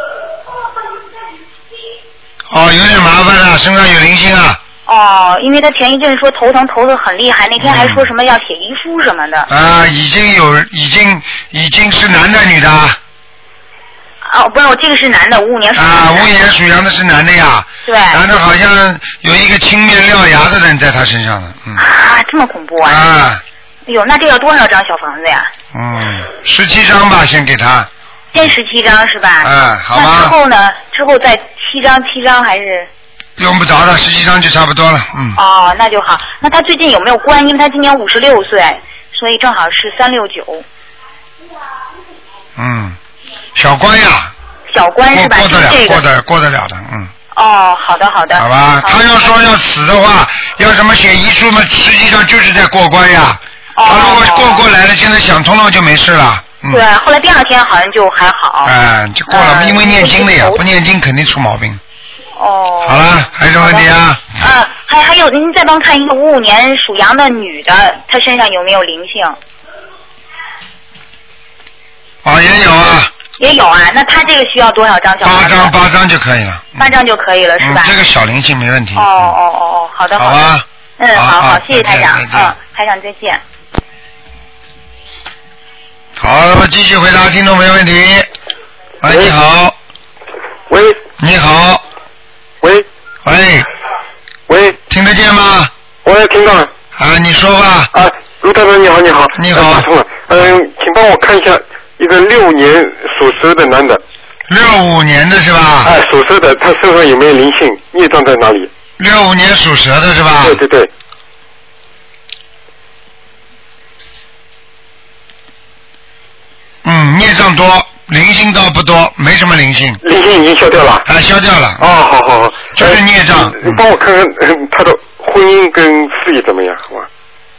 哦，有点麻烦了，身上有灵性啊。 哦，因为他前一阵说头疼头得很厉害，那天还说什么要写遗书什么的。 啊，已经有，已经已经是男的女的？ 哦，不是，我这个是男的，五五年属羊的。 啊，五五年属羊的是男的呀。 对。 男的好像有一个青面獠牙的人在他身上呢。嗯。 啊，这么恐怖啊！ 啊。 哎呦，那这要多少张小房子呀？ 嗯，十七张吧，先给他。 先十七张是吧？ 嗯，好吧。 那之后呢？之后再七张，七张还是？ 用不着的，十几张就差不多了，嗯。 哦，那就好。那他最近有没有关？因为他今年五十六岁，所以正好是三六九。 嗯，小关呀。 小关是吧？ 过得了， 这个、 过得过得了的，嗯。 哦，好的好的。 好吧，好他要说要死的话，要什么写遗书嘛，实际上就是在过关呀。哦。他如果过过来了，现在想通了就没事了。嗯、 对，后来第二天好像就还好。 哎、呃，就过了、呃，因为念经的呀，不念经肯定出毛病。 哦。 好了，还有什么问题啊？ 嗯，还还有，您再帮看一个五五年属羊的女的，她身上有没有灵性？ 哦，也有啊。 也有啊，那他这个需要多少张小房子？ 八张，八张就可以了。 八张就可以了，是吧？ 嗯，这个小灵性没问题。 哦哦哦哦，好的好的。 吧。 嗯，好好，谢谢台长。 嗯， 台长再见。 好，那么继续回答听众没问题。喂，你好。 喂。 你好。 喂。 喂。 喂。 听得见吗？ 我也听到了。 啊，你说吧。 啊，卢大人你好，你好。 你好。 打通了。嗯，请帮我看一下一个六年属蛇的男的。 六五年的是吧？ 哎，属蛇的，他身上有没有灵性？孽障在哪里？ 六五年属蛇的是吧？ 对对对。 嗯，孽障多，灵性倒不多，没什么灵性。 灵性已经消掉了。 啊，消掉了。 哦，好好好。 就是孽障。 你帮我看看嗯他的婚姻跟事业怎么样，好吧？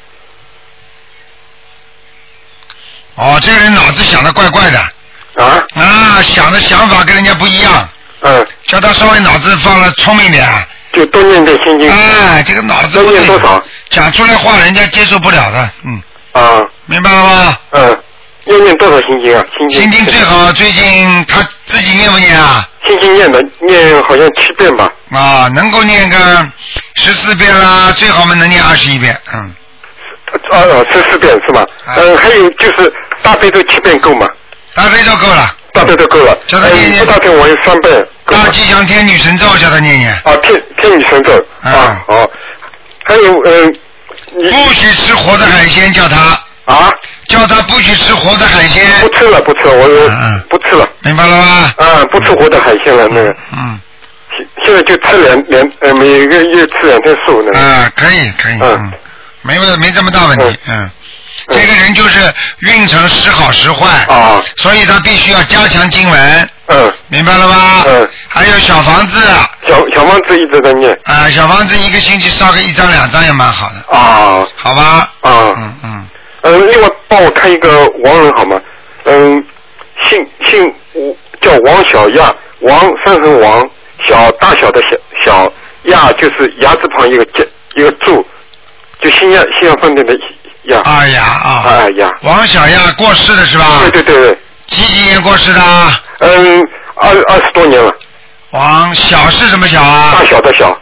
哦，这个人脑子想的怪怪的。 啊？ 啊，想的想法跟人家不一样。 嗯。 叫他稍微脑子放了聪明点。 就多念点心经。 哎，这个脑子多念多少？ 讲出来话人家接受不了的，嗯。 啊。 明白了吗？ 嗯。要念多少心经啊？心经。 心经最好最近他自己念不念啊？ 心经念的，念好像七遍吧。 啊，能够念个十四遍啦，最好嘛能念二十一遍，嗯。 啊啊，十四遍是吗？嗯，还有就是大悲咒七遍够吗？ 大悲咒够了。 大悲咒够了。 叫他念念。 不大天我有三遍。 大吉祥天女神咒叫他念念。 啊，天天女神咒。啊。哦。还有嗯。 不许吃活的海鲜，叫他。 啊。 叫他不许吃活的海鲜。 不吃了，不吃了，我有不吃了。 明白了吗？ 啊，不吃活的海鲜了，那个。 嗯。 现现在就吃两两呃，每个月吃两天素那个。 啊，可以可以。嗯。没问没这么大问题，嗯。这个人就是运程时好时坏。 啊。 所以他必须要加强经文。 嗯。 明白了吗？ 嗯。 还有小房子。 小小房子一直在念。 啊，小房子一个星期烧个一张两张也蛮好的。 啊。 好吧。 啊。 嗯嗯。 嗯，另外帮我看一个亡人好吗？嗯，姓姓叫王小亚，王三横王，小大小的小小亚就是牙字旁一个加一个柱，就新亚新亚饭店的亚。 啊亚啊。 啊亚。 王小亚过世的是吧？ 对对对对。 几几年过世的？ 嗯，二二十多年了。 王小是什么小啊？ 大小的小。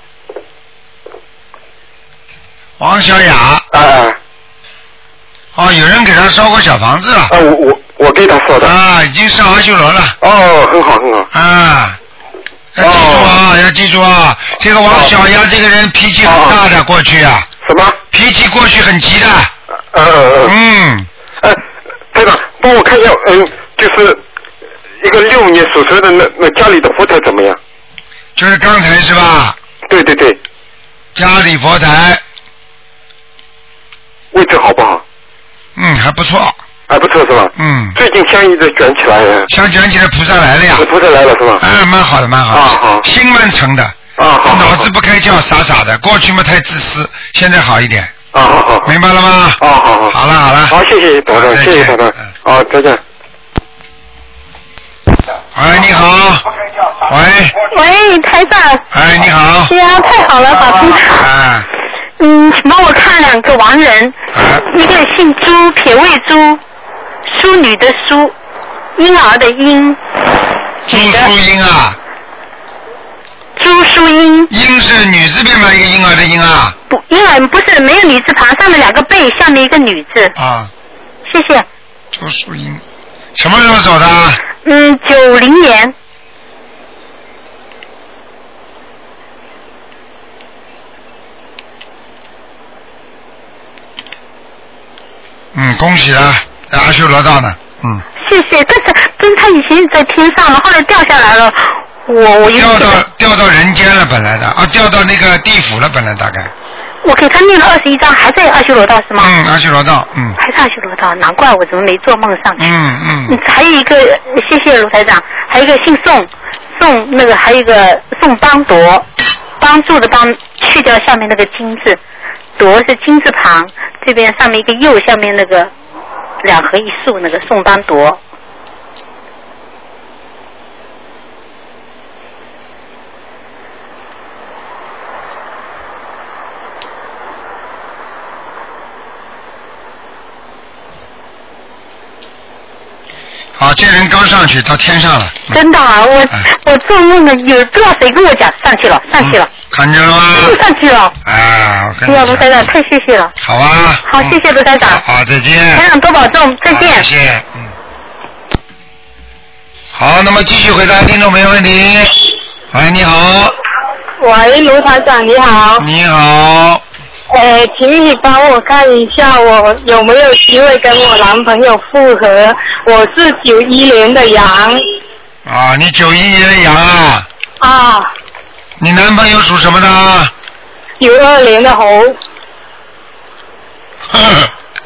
王小雅。 哎。 哦，有人给他烧过小房子了。 啊，我我我给他烧的。 啊，已经上阿修罗了。 哦，很好很好。 啊，要记住啊，要记住啊，这个王小丫这个人脾气很大的，过去啊。 什么？ 脾气过去很急的。 嗯嗯嗯。 嗯。 哎，队长，帮我看一下，嗯，就是一个六年属蛇的那那家里的佛台怎么样？ 就是刚才是吧？ 对对对。 家里佛台。 位置好不好？ 嗯，还不错。 还不错是吧？ 嗯。 最近香一直卷起来了。 香卷起来，菩萨来了呀。 菩萨来了是吧？ 哎，蛮好的，蛮好的。 啊好。 心蛮诚的。 啊好。 脑子不开窍，傻傻的，过去嘛太自私，现在好一点。 啊好好。 明白了吗？ 啊好好。 好了好了。 好，谢谢董事长，谢谢董事长。好，再见。 喂，你好。喂。 喂，台长。 哎，你好。 哎呀，太好了，打通。 啊。 嗯，请帮我看两个亡人，一个姓朱，撇位朱，淑女的淑，婴儿的婴。 朱淑英啊。 朱淑英。 英是女字边吗？一个婴儿的婴啊。 不，婴儿不是，没有女字旁，上面两个贝，下面一个女字。 啊。 谢谢。 朱淑英，什么时候走的？ 嗯，九零年。 嗯，恭喜了，在阿修罗道呢。嗯。 谢谢，但是跟他以前在天上了，后来掉下来了，我我掉到掉到人间了，本来的啊，掉到那个地府了，本来大概。 我给他念了二十一章，还在阿修罗道是吗？ 嗯，阿修罗道，嗯。 还是阿修罗道，难怪我怎么没做梦上去。 嗯嗯。 还有一个，谢谢卢台长，还有一个姓宋，宋那个还有一个宋邦铎，帮助的帮，去掉下面那个金字，铎是金字旁，这边上面一个右，下面那个两横一竖那个宋邦铎。 啊，这人刚上去到天上了。 真的啊，我、哎、我做梦了，有不知道谁跟我讲上去了，上去了。嗯、 看见了吗？ 又上去了。 啊，我跟你讲。哎呀，卢台长，太谢谢了。 好啊。 好，谢谢卢台长。 好，再见。 台长多保重，再见。 谢谢。嗯。好，那么继续回答听众朋友问题。喂，你好。 喂，卢台长，你好。 你好。 呃，请你帮我看一下，我有没有机会跟我男朋友复合？我是九一年的羊。 啊，你九一年的羊啊？ 啊。 你男朋友属什么的？ 九二年的猴。 呵呵。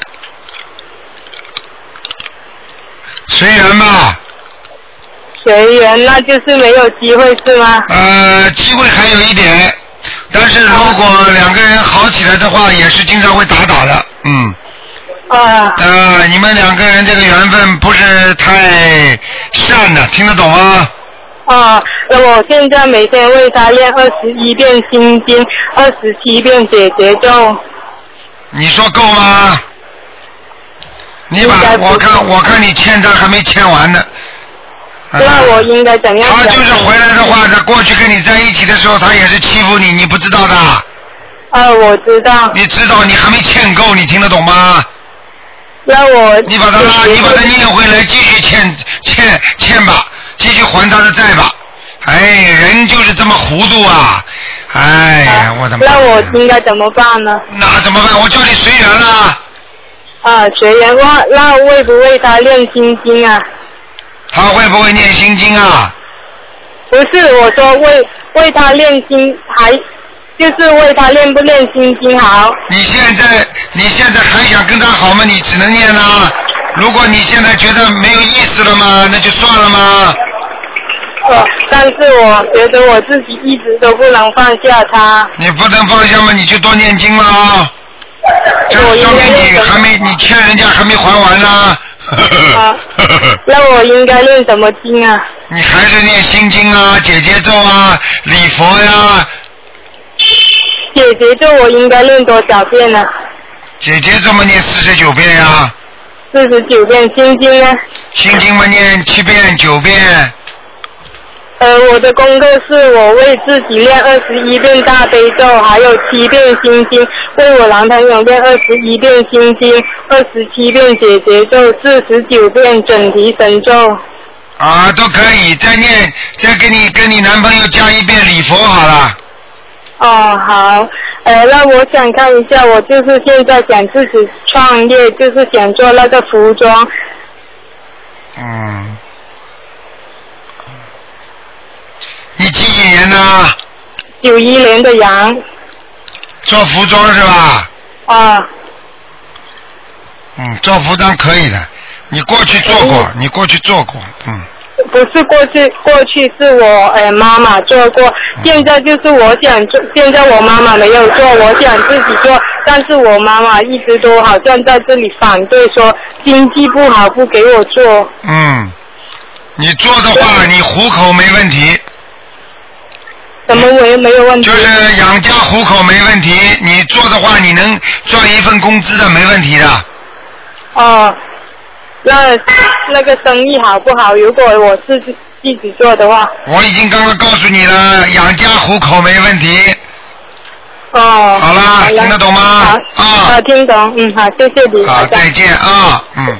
随缘吧。 随缘，那就是没有机会是吗？ 呃，机会还有一点。但是如果两个人好起来的话，也是经常会打打的，嗯。 啊。 呃，你们两个人这个缘分不是太善的，听得懂吗？ 啊，那我现在每天为他练二十一遍心经，二十七遍解结咒。 你说够吗？你把我看，我看你欠债还没欠完呢。 那我应该怎样？ 他就是回来的话，他过去跟你在一起的时候，他也是欺负你，你不知道的。 啊，我知道。 你知道，你还没欠够，你听得懂吗？ 那我。 你把他拉，你把他念回来，继续欠欠欠吧，继续还他的债吧。哎，人就是这么糊涂啊！哎呀，我的妈！ 那我应该怎么办呢？ 那怎么办？我叫你随缘了。 啊，随缘，那那为不为他练心经啊？ 他会不会念心经啊？ 不是，我说为为他练心，还就是为他练不练心经好。 你现在你现在还想跟他好吗？你只能念啦。如果你现在觉得没有意思了嘛，那就算了嘛。 哦，但是我觉得我自己一直都不能放下他。 你不能放下嘛，你就多念经了。这说明你还没你欠人家还没还完呢。 啊，那我应该念什么经啊？ 你还是念心经啊，解结咒啊，礼佛呀。 解结咒我应该念多少遍呢？ 解结咒嘛念四十九遍呀。 四十九遍，心经呢？ 心经嘛念七遍九遍。 呃，我的功课是我为自己练二十一遍大悲咒，还有七遍心经；为我男朋友练二十一遍心经，二十七遍解结咒，四十九遍准提神咒。 啊，都可以，再念，再给你跟你男朋友加一遍礼佛好了。 哦，好，呃，那我想看一下，我就是现在想自己创业，就是想做那个服装。 嗯。你几几年呢？ 九一年的羊。 做服装是吧？ 啊。 嗯，做服装可以的。你过去做过，嗯、你过去做过，嗯。 不是过去，过去是我呃妈妈做过，现在就是我想做，现在我妈妈没有做，我想自己做，但是我妈妈一直都好像在这里反对，说经济不好不给我做。 嗯，你做的话，你糊口没问题。 怎么没没有问题？ 就是养家糊口没问题，你做的话，你能赚一份工资的，没问题的。 哦，那那个生意好不好？如果我是自己做的话。 我已经刚刚告诉你了，养家糊口没问题。 哦。 好啦，听得懂吗？ 好啊，听懂，嗯，好，谢谢你。 好，再见啊，嗯。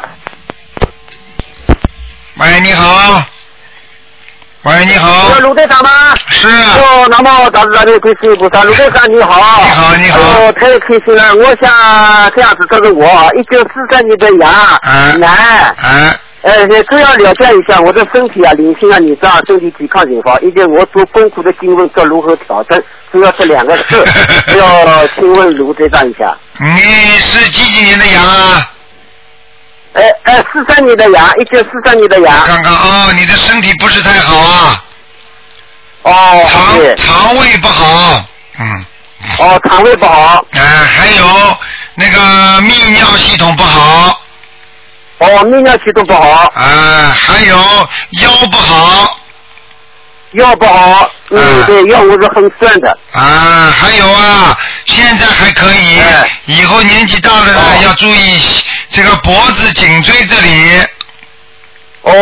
喂，你好。喂，你好。 是卢队长吗？ 是。 哦，那么大慈大悲观世音菩萨，卢队长你好。 你好，你好。 哦，太开心了！我想这样子，这是我一九四三年的羊， 嗯、 男。 嗯。 呃，主要了解一下我的身体啊，灵性啊，你这样身体健康情况，以及我做功课的经文该如何调整，主要是两个事，要请问卢队长一下。 你是几几年的羊啊？ 呃呃，四三年的羊，一九四三年的羊。 看看啊，你的身体不是太好啊。 哦。 肠肠胃不好，嗯。 哦，肠胃不好。 哎、呃，还有那个泌尿系统不好。 哦，泌尿系统不好。 啊、呃，还有腰不好。 腰不好，嗯，呃、对，腰我是很酸的。 啊，还有啊，现在还可以，哎、以后年纪大了呢，哦、要注意这个脖子、颈椎这里。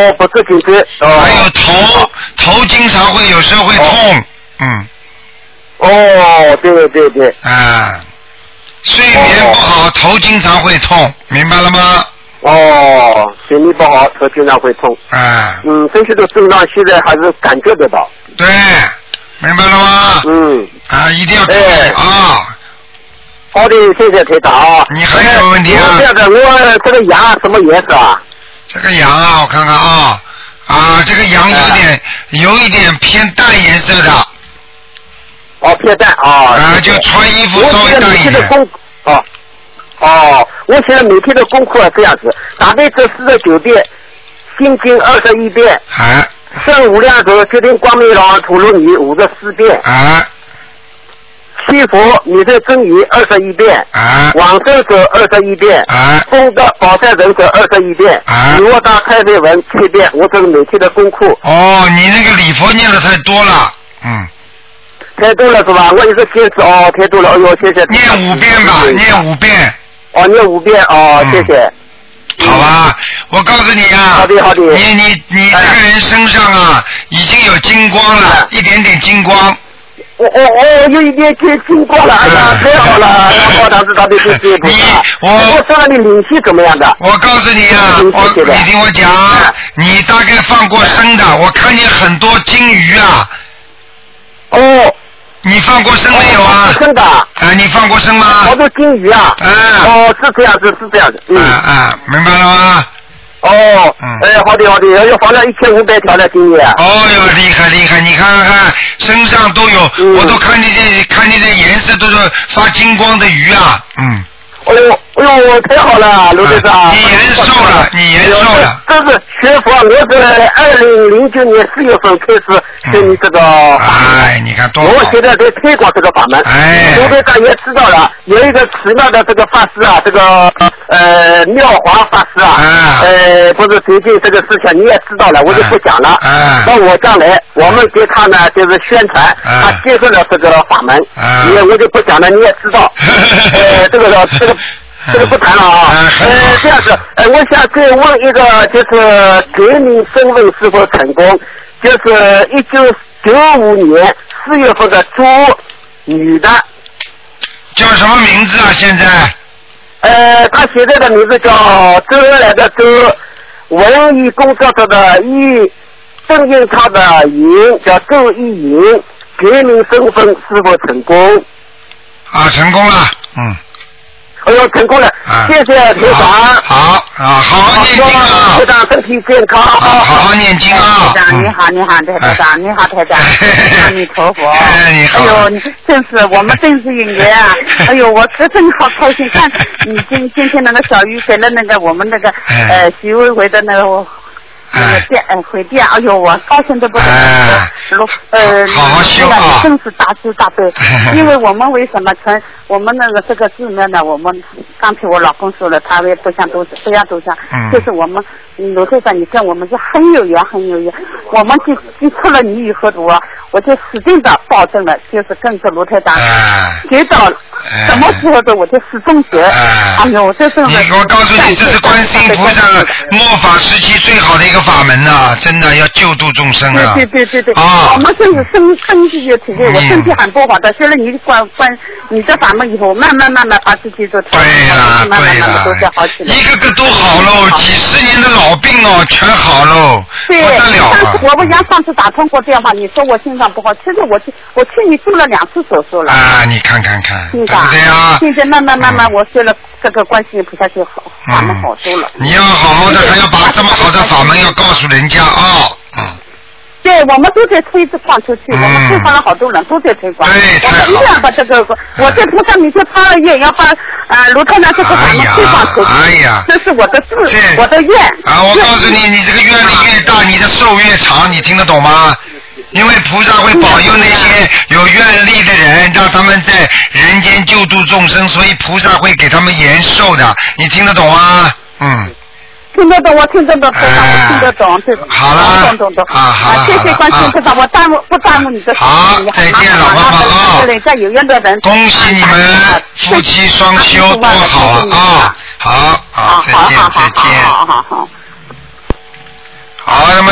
哦，不是颈椎。哦。 还有头，头经常会有时候会痛，嗯。 哦，对对对。 啊，睡眠不好，头经常会痛，明白了吗？ 哦，睡眠不好，头经常会痛。 啊。 嗯，这些的症状现在还是感觉得到。 对，明白了吗？ 嗯。 啊，一定要注意啊。 好的，谢谢台长啊。 你还有什么问题啊？ 这样的，我这个羊什么颜色啊？ 这个羊啊，我看看啊，啊，这个羊有点、嗯、有一点偏淡颜色的。 哦，偏淡啊。 啊，就穿衣服稍微淡一点。 哦哦，我现在每天的功课这样子，大悲咒四十九遍，心经二十一遍， 啊， 圣无量寿决定光明朗陀罗尼五十四遍， 啊。 七佛弥勒真言二十一遍， 啊， 往生者二十一遍， 啊， 功德宝善人者二十一遍， 啊， 礼佛大开非文七遍，我这是每天的功课。 哦，你那个礼佛念的太多了，嗯。 太多了是吧？我也是坚持哦，太多了，哎呦，谢谢。 念五遍吧，念五遍。 哦，念五遍哦， 嗯、 谢谢。 好吧，我告诉你啊， 好的好的。 你你你这个人身上啊，已经有金光了，一点点金光。 我我我有一点金金光了，哎呀，太好了！我当时他的谢谢菩萨。 我我说了你灵气怎么样的？ 我告诉你啊，我你听我讲，你大概放过生的，我看见很多金鱼啊。 哦。 你放过生没有啊？ 生的。啊， 你放过生吗？ 好多金鱼啊。 啊。 哦，是这样子，是这样子。 嗯啊，明白了吗？ 哦，嗯，哎，好的好的，要放了一千五百条的金鱼。 哦哟，厉害厉害！你看看身上都有，嗯、我都看见这看见这颜色都是发金光的鱼啊，嗯。 哎呦哎呦，太好了，卢队长。 你延寿了，你延寿了。 这是学佛，我是二零零九年四月份开始学你这个法门。 哎，你看多好。 我现在在推广这个法门。 哎。 卢队长也知道了，有一个奇妙的这个法师啊，这个呃妙华法师啊，呃不是最近这个事情你也知道了，我就不讲了。 嗯。 那我将来我们给他呢就是宣传，他接受了这个法门，也我就不讲了，你也知道。呃，这个这个。这个不谈了啊，呃，这样子，呃，我想再问一个，就是革命身份是否成功？就是一九九五年四月份的猪女的， 叫什么名字啊？现在？ 呃，她现在的名字叫周恩来的周，文艺工作者的艺，邓英超的英，叫周一莹。革命身份是否成功？ 啊，成功了，嗯。 哎呦，成功了！啊、谢谢台长。 好啊，好好念经啊！ 台长身体健康。 好好好念经啊！ 台长你好，你好，台长你好，台长。阿弥陀佛。 哎，你好。 哎呦，你真是我们真是有缘啊！哎呦，我是真好开心，看你今今天那个小鱼给了那个我们那个呃徐伟伟的那个。那个店，哎，回店，哎呦，我高兴的不得了。呃， 好好修啊！ 真是大慈大悲。因为我们为什么从我们那个这个寺庙呢？我们刚才我老公说了，他也不想多不要多想，就是我们罗队长，你跟我们是很有缘，很有缘。我们接接触了你以后的我，我就死定的保证了，就是跟着罗队长，学到什么时候的我就始终学。哎呦，这是你我告诉你，这是观世音菩萨末法时期最好的一个法门呐、啊，真的要救度众生啊！ 对对对对对， 啊、 我们真是身身体就体会，我身体很不好的，学了你关关你的法门以后，慢慢慢慢把自己都调对了慢慢慢慢都在好起来， 一个个都好喽，几十年的老病哦，全好喽， 对， 不得了、啊。 上次我不讲上次打通过电话，你说我心脏不好，其实我去我去你做了两次手术了。 啊，你看看看， 对不对啊？ 现在慢慢慢慢，我学了这个观世音菩萨就好，法门好多了。 你要好好的，还要把这么好的法门要告诉人家啊。嗯。 对，我们都在推广出去，嗯、我们推广了好多人都在推广。 对， 我们一定要把这个，我在菩萨面前发了愿，要把呃卢太长这个法门推广出去。 哎呀， 这是我的志，我的愿。 啊，我告诉你，你这个愿力越大，你的寿越长，你听得懂吗？因为菩萨会保佑那些有愿力的人，让他们在人间救度众生，所以菩萨会给他们延寿的。你听得懂吗？嗯。 听得懂，我听得懂，台长，我听得懂，对。 好了。 懂懂懂。 啊，好了。 谢谢观世音菩萨，我耽误不耽误你的时间。 好，再见，老妈妈啊！ 在有缘的人。 恭喜你们夫妻双修，多好啊！啊，好，好，再见，再见。 好好好。 好，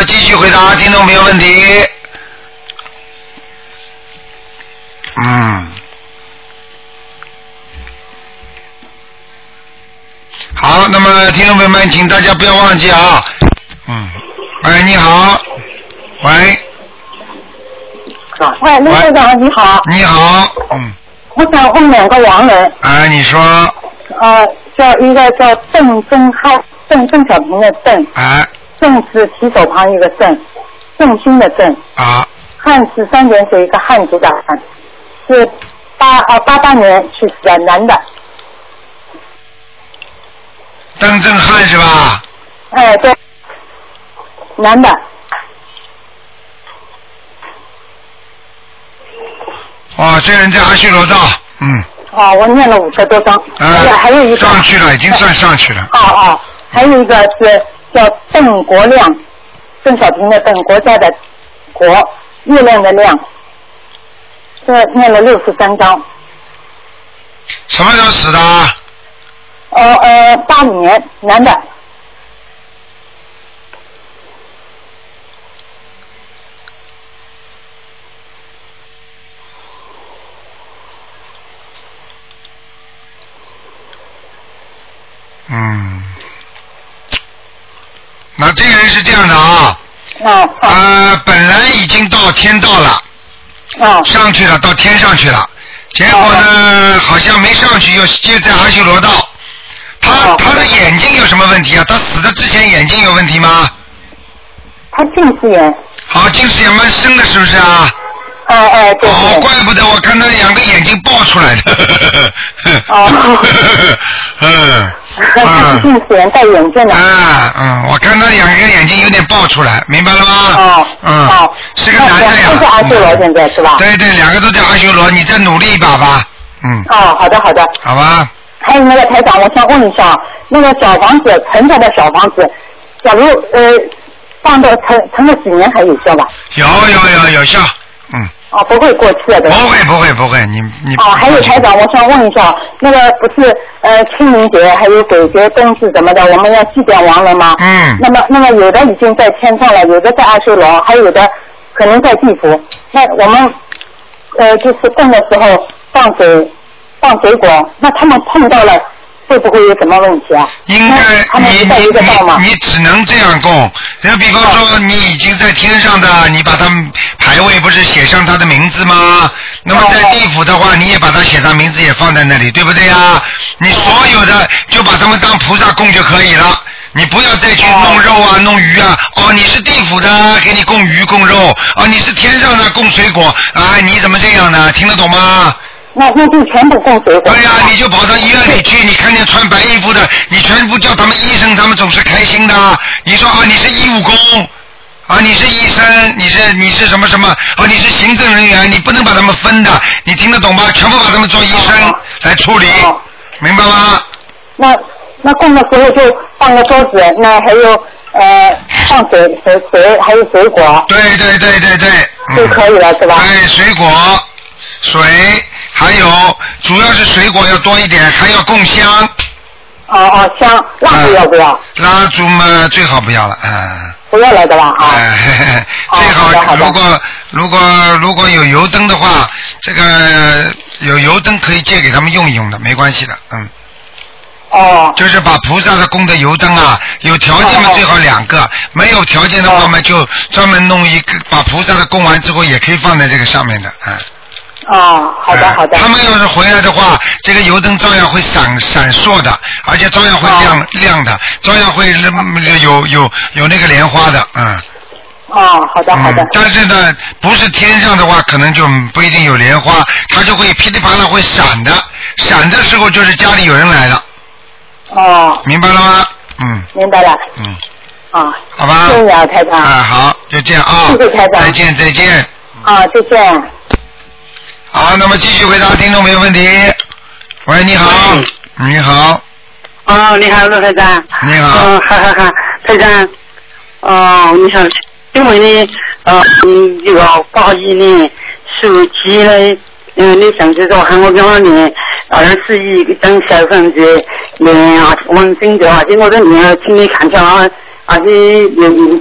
继续回答听众朋友问题。嗯。好，那么听众朋友们，请大家不要忘记啊。嗯。喂，你好。喂。 喂，陆队长你好。 你好。嗯。 我想问两个亡人。 哎，你说。 呃，叫一个叫邓真汉，邓邓小平的邓。 哎。 郑是提手旁一个郑，郑兴的郑。 啊。 汉是三点水一个汉族的汉，是八呃八八年去世的男的。 邓正汉是吧？ 哎，对，男的。 哦，这人在阿修罗道，嗯。 哦，我念了五十多章。 啊。 还有一个。 上去了，已经算上去了。 哦哦，还有一个是叫邓国亮，邓小平的邓，国家的国，月亮的亮。这念了六十三章。 什么时候死的？ 呃呃，八五年，男的。 嗯，那这个人是这样的啊。 啊。 呃，本来已经到天道了。 啊。 上去了，到天上去了。结果呢，好像没上去，又接在阿修罗道。他他的眼睛有什么问题啊？他死的之前眼睛有问题吗？ 他近视眼。 好，近视眼蛮深的，是不是啊？ 哎哎，对。 哦，怪不得我看他两个眼睛爆出来的。 哦。 嗯。 他是近视眼戴眼镜的。 啊嗯，我看他两个眼睛有点爆出来，明白了吗？ 哦。 嗯。 哦。 是个男的呀。 都是阿修罗现在是吧？ 对对，两个都在阿修罗，你再努力一把吧。嗯。 哦，好的好的。 好吧。 还有那个台长，我想问一下，那个小房子存着的小房子，假如呃放到存存了几年还有效吧？ 有有有有效，嗯。 哦，不会过期的对吧？ 不会不会不会，你你。 哦，还有台长，我想问一下，那个不是呃清明节还有鬼节冬至什么的，我们要祭奠亡人吗？ 嗯。 那么那么有的已经在天上了，有的在阿修罗，还有的可能在地府。那我们呃就是供的时候放水。放水果，那他们碰到了会不会有什么问题啊？ 应该你你你你只能这样供。人比方说你已经在天上的，你把他们牌位不是写上他的名字吗？那么在地府的话，你也把他写上名字也放在那里，对不对呀？你所有的就把他们当菩萨供就可以了。你不要再去弄肉啊，弄鱼啊。哦，你是地府的，给你供鱼供肉。哦，你是天上的，供水果。啊，你怎么这样呢？听得懂吗？ 那那就全部供水果。 对呀、啊，你就跑到医院里去，你看见穿白衣服的，你全部叫他们医生，他们总是开心的。你说啊，你是医务工，啊，你是医生，你是你是什么什么，啊，你是行政人员，你不能把他们分的，你听得懂吗？全部把他们做医生来处理，哦、明白吗？ 那那供的时候就放个桌子，那还有呃放水水水，还有水果。 对对对对对。 就可以了、嗯、是吧？ 哎，水果、水。还有，主要是水果要多一点，还要供香。 哦哦，香蜡烛要不要？ 蜡烛嘛，最好不要了，嗯。 不要了的吧？啊。 哎，嘿嘿最好, 好, 好如果如果如果有油灯的话，这个有油灯可以借给他们用一用的，没关系的，嗯。 哦。 就是把菩萨的供的油灯啊，有条件嘛最好两个，哦、没有条件的话嘛就专门弄一个，把菩萨的供完之后也可以放在这个上面的，嗯。 哦，好的好的。 他们要是回来的话，这个油灯照样会闪闪烁的，而且照样会亮、哦、亮的，照样会有有有那个莲花的，嗯。 哦，好的好的、嗯。 但是呢，不是天上的话，可能就不一定有莲花，它就会噼里啪啦会闪的，闪的时候就是家里有人来了。 哦。 明白了吗？嗯。 明白了。 嗯。 啊。 好吧。 谢谢啊，台长。 啊，好，就这样啊。 谢谢台长。 再见再见。 啊，再见。 好，那么继续回答听众没有问题。喂，你好，你好。 哦，你好，陆台长。 你好。 哦，好好好，台长。哦，你好，因为呢，呃，嗯，这个八一年属鸡呢，嗯，你上次就喊我讲呢，二十一张小房子，连啊完整的，而且我都连请你看一下啊，而且有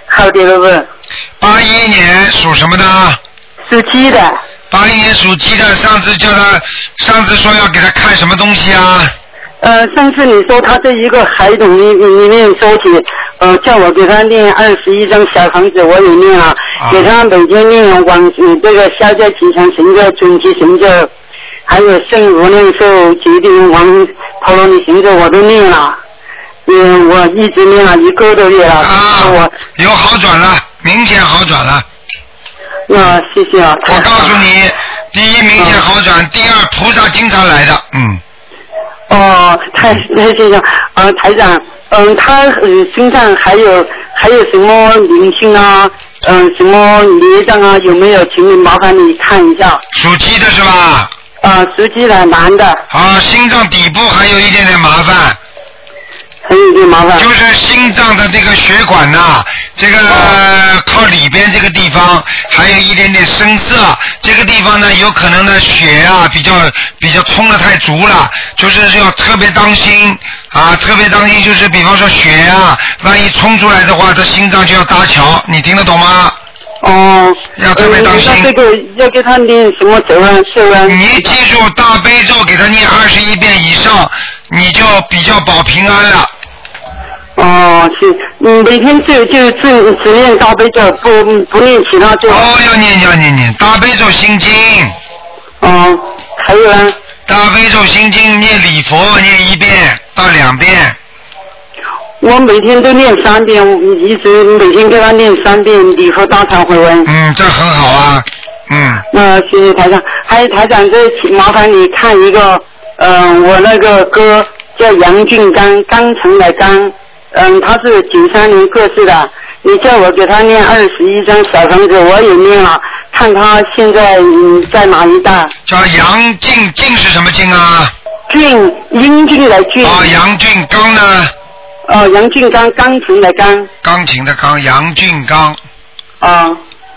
好的，老师。 八一年属什么的？ 属鸡的。 八一年属鸡的，上次叫他，上次说要给他看什么东西啊？ 呃，上次你说他这一个孩童里里面说起，呃，叫我给他念二十一张小房子，我也念了，啊、给他每天念往嗯这个消灾吉祥神咒、准提神咒，还有圣无量寿决定王陀罗尼神咒，我都念了。嗯，我一直念了一个多月了。 啊，我有好转了，明显好转了。 啊，谢谢啊。 我告诉你，第一明显好转，嗯、第二菩萨经常来的，嗯。 哦，太太谢谢呃台长，嗯，他呃身上还有还有什么灵性啊？嗯，什么孽障啊？有没有？请你麻烦你看一下。 属鸡的是吧？ 啊，属鸡的男的。 啊，心脏底部还有一点点麻烦。 还有一点麻烦。 就是心脏的这个血管呐、啊，这个、呃、靠里边这个地方还有一点点深色，这个地方呢有可能呢血啊比较比较冲得太足了，就是要特别当心啊，特别当心，就是比方说血啊，万一冲出来的话，这心脏就要搭桥，你听得懂吗？ 哦， 要特别当心。 那、呃、这个要给他念什么咒啊？咒啊？ 你记住大悲咒给他念二十一遍以上，你就比较保平安了。 哦，是，嗯，每天就就只只念大悲咒，不不念其他咒。 哦，要念要念念大悲咒心经。 哦，还有呢？ 大悲咒心经念礼佛念一遍到两遍。 我每天都念三遍，一直每天给他念三遍礼佛大忏悔文。 嗯，这很好啊。嗯。 那谢谢台长，还有台长，这麻烦你看一个，嗯、呃，我那个哥叫杨俊刚，刚成的刚。嗯，他是九三年过世的，你叫我给他念二十一张小房子，我也念了，看他现在嗯在哪一带。 叫杨俊，俊是什么俊啊？ 俊，英俊的俊。 哦，杨俊刚呢？ 哦，杨俊刚，钢琴的钢。 钢琴的钢，杨俊刚。 啊。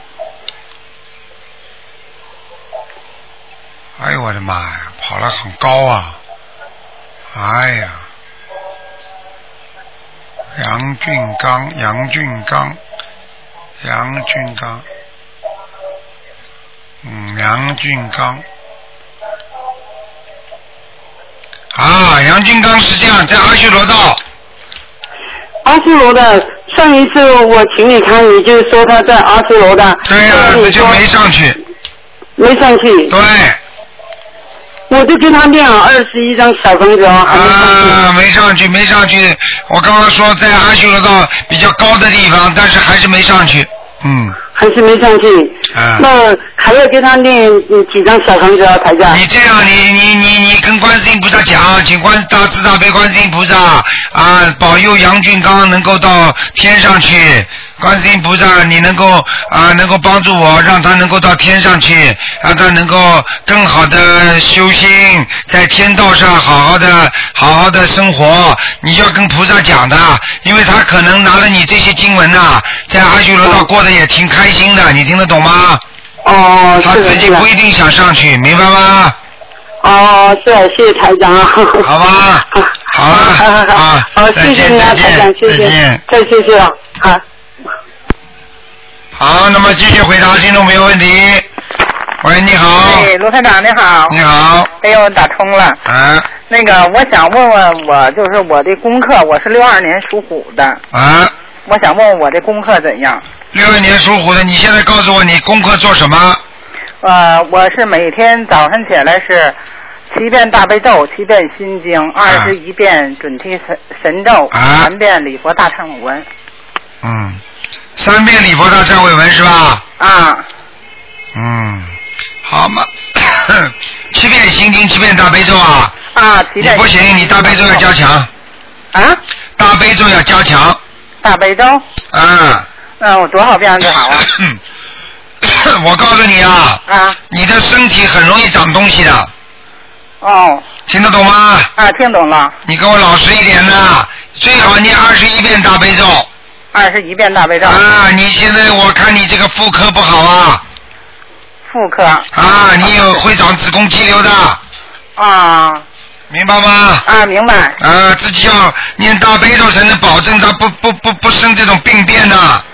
哎呦我的妈呀，跑得很高啊！哎呀。杨俊刚，杨俊刚，杨俊刚，嗯，杨俊刚，啊，杨俊刚是这样，在阿修罗道。 阿修罗的，上一次我请你看，你就说他在阿修罗的。 对呀、啊，那就没上去。 没上去。 对。 我就给他念了二十一张小房子哦，还没上去。 啊，没上去，没上去。我刚刚说在阿修罗道比较高的地方，但是还是没上去。嗯。 还是没上去。 啊。 那还要给他念几张小房子啊，台长？ 你这样，你你你你跟观世音菩萨讲，请观大慈大悲观世音菩萨啊，保佑杨俊刚能够到天上去。观世音菩萨，你能够啊，能够帮助我，让他能够到天上去，让他能够更好的修心，在天道上好好的、好好的生活。你就要跟菩萨讲的，因为他可能拿了你这些经文呐、啊，在阿修罗道过得也挺开心的，你听得懂吗？ 哦， 他自己不一定想上去，明白吗？ 哦，是，谢谢台长。 好吧，好了， 好好好， 啊， 好，谢谢你啊，台长，谢谢，再谢谢了，好。 好，那么继续回答听众朋友问题。喂，你好。 哎，卢台长你好。 你好。 哎呦，打通了。 啊。 那个，我想问问我，就是我的功课，我是六二年属虎的。 啊。 我想问问我的功课怎样？ 六二年属虎的，你现在告诉我你功课做什么？ 呃，我是每天早上起来是七遍大悲咒，七遍心经，二十一遍准提神神咒， 啊、 三遍礼佛大忏悔文。 嗯。三遍礼佛大忏悔文是吧？ 啊。 嗯，好嘛，七遍心经，七遍大悲咒啊。 啊，七遍。 你不行，你大悲咒要加强。 啊？ 大悲咒要加强。 大悲咒。 啊。 嗯，我多少遍就好啊？ 我告诉你啊。 啊。 你的身体很容易长东西的。 哦。 听得懂吗？ 啊，听懂了。 你跟我老实一点的，最好念二十一遍大悲咒。 二十一遍大悲咒。 啊，你现在我看你这个妇科不好啊。 妇科。 啊，你有会长子宫肌瘤的。 啊。 明白吗？ 啊，明白。 啊，自己要念大悲咒才能保证他不不不不生这种病变的。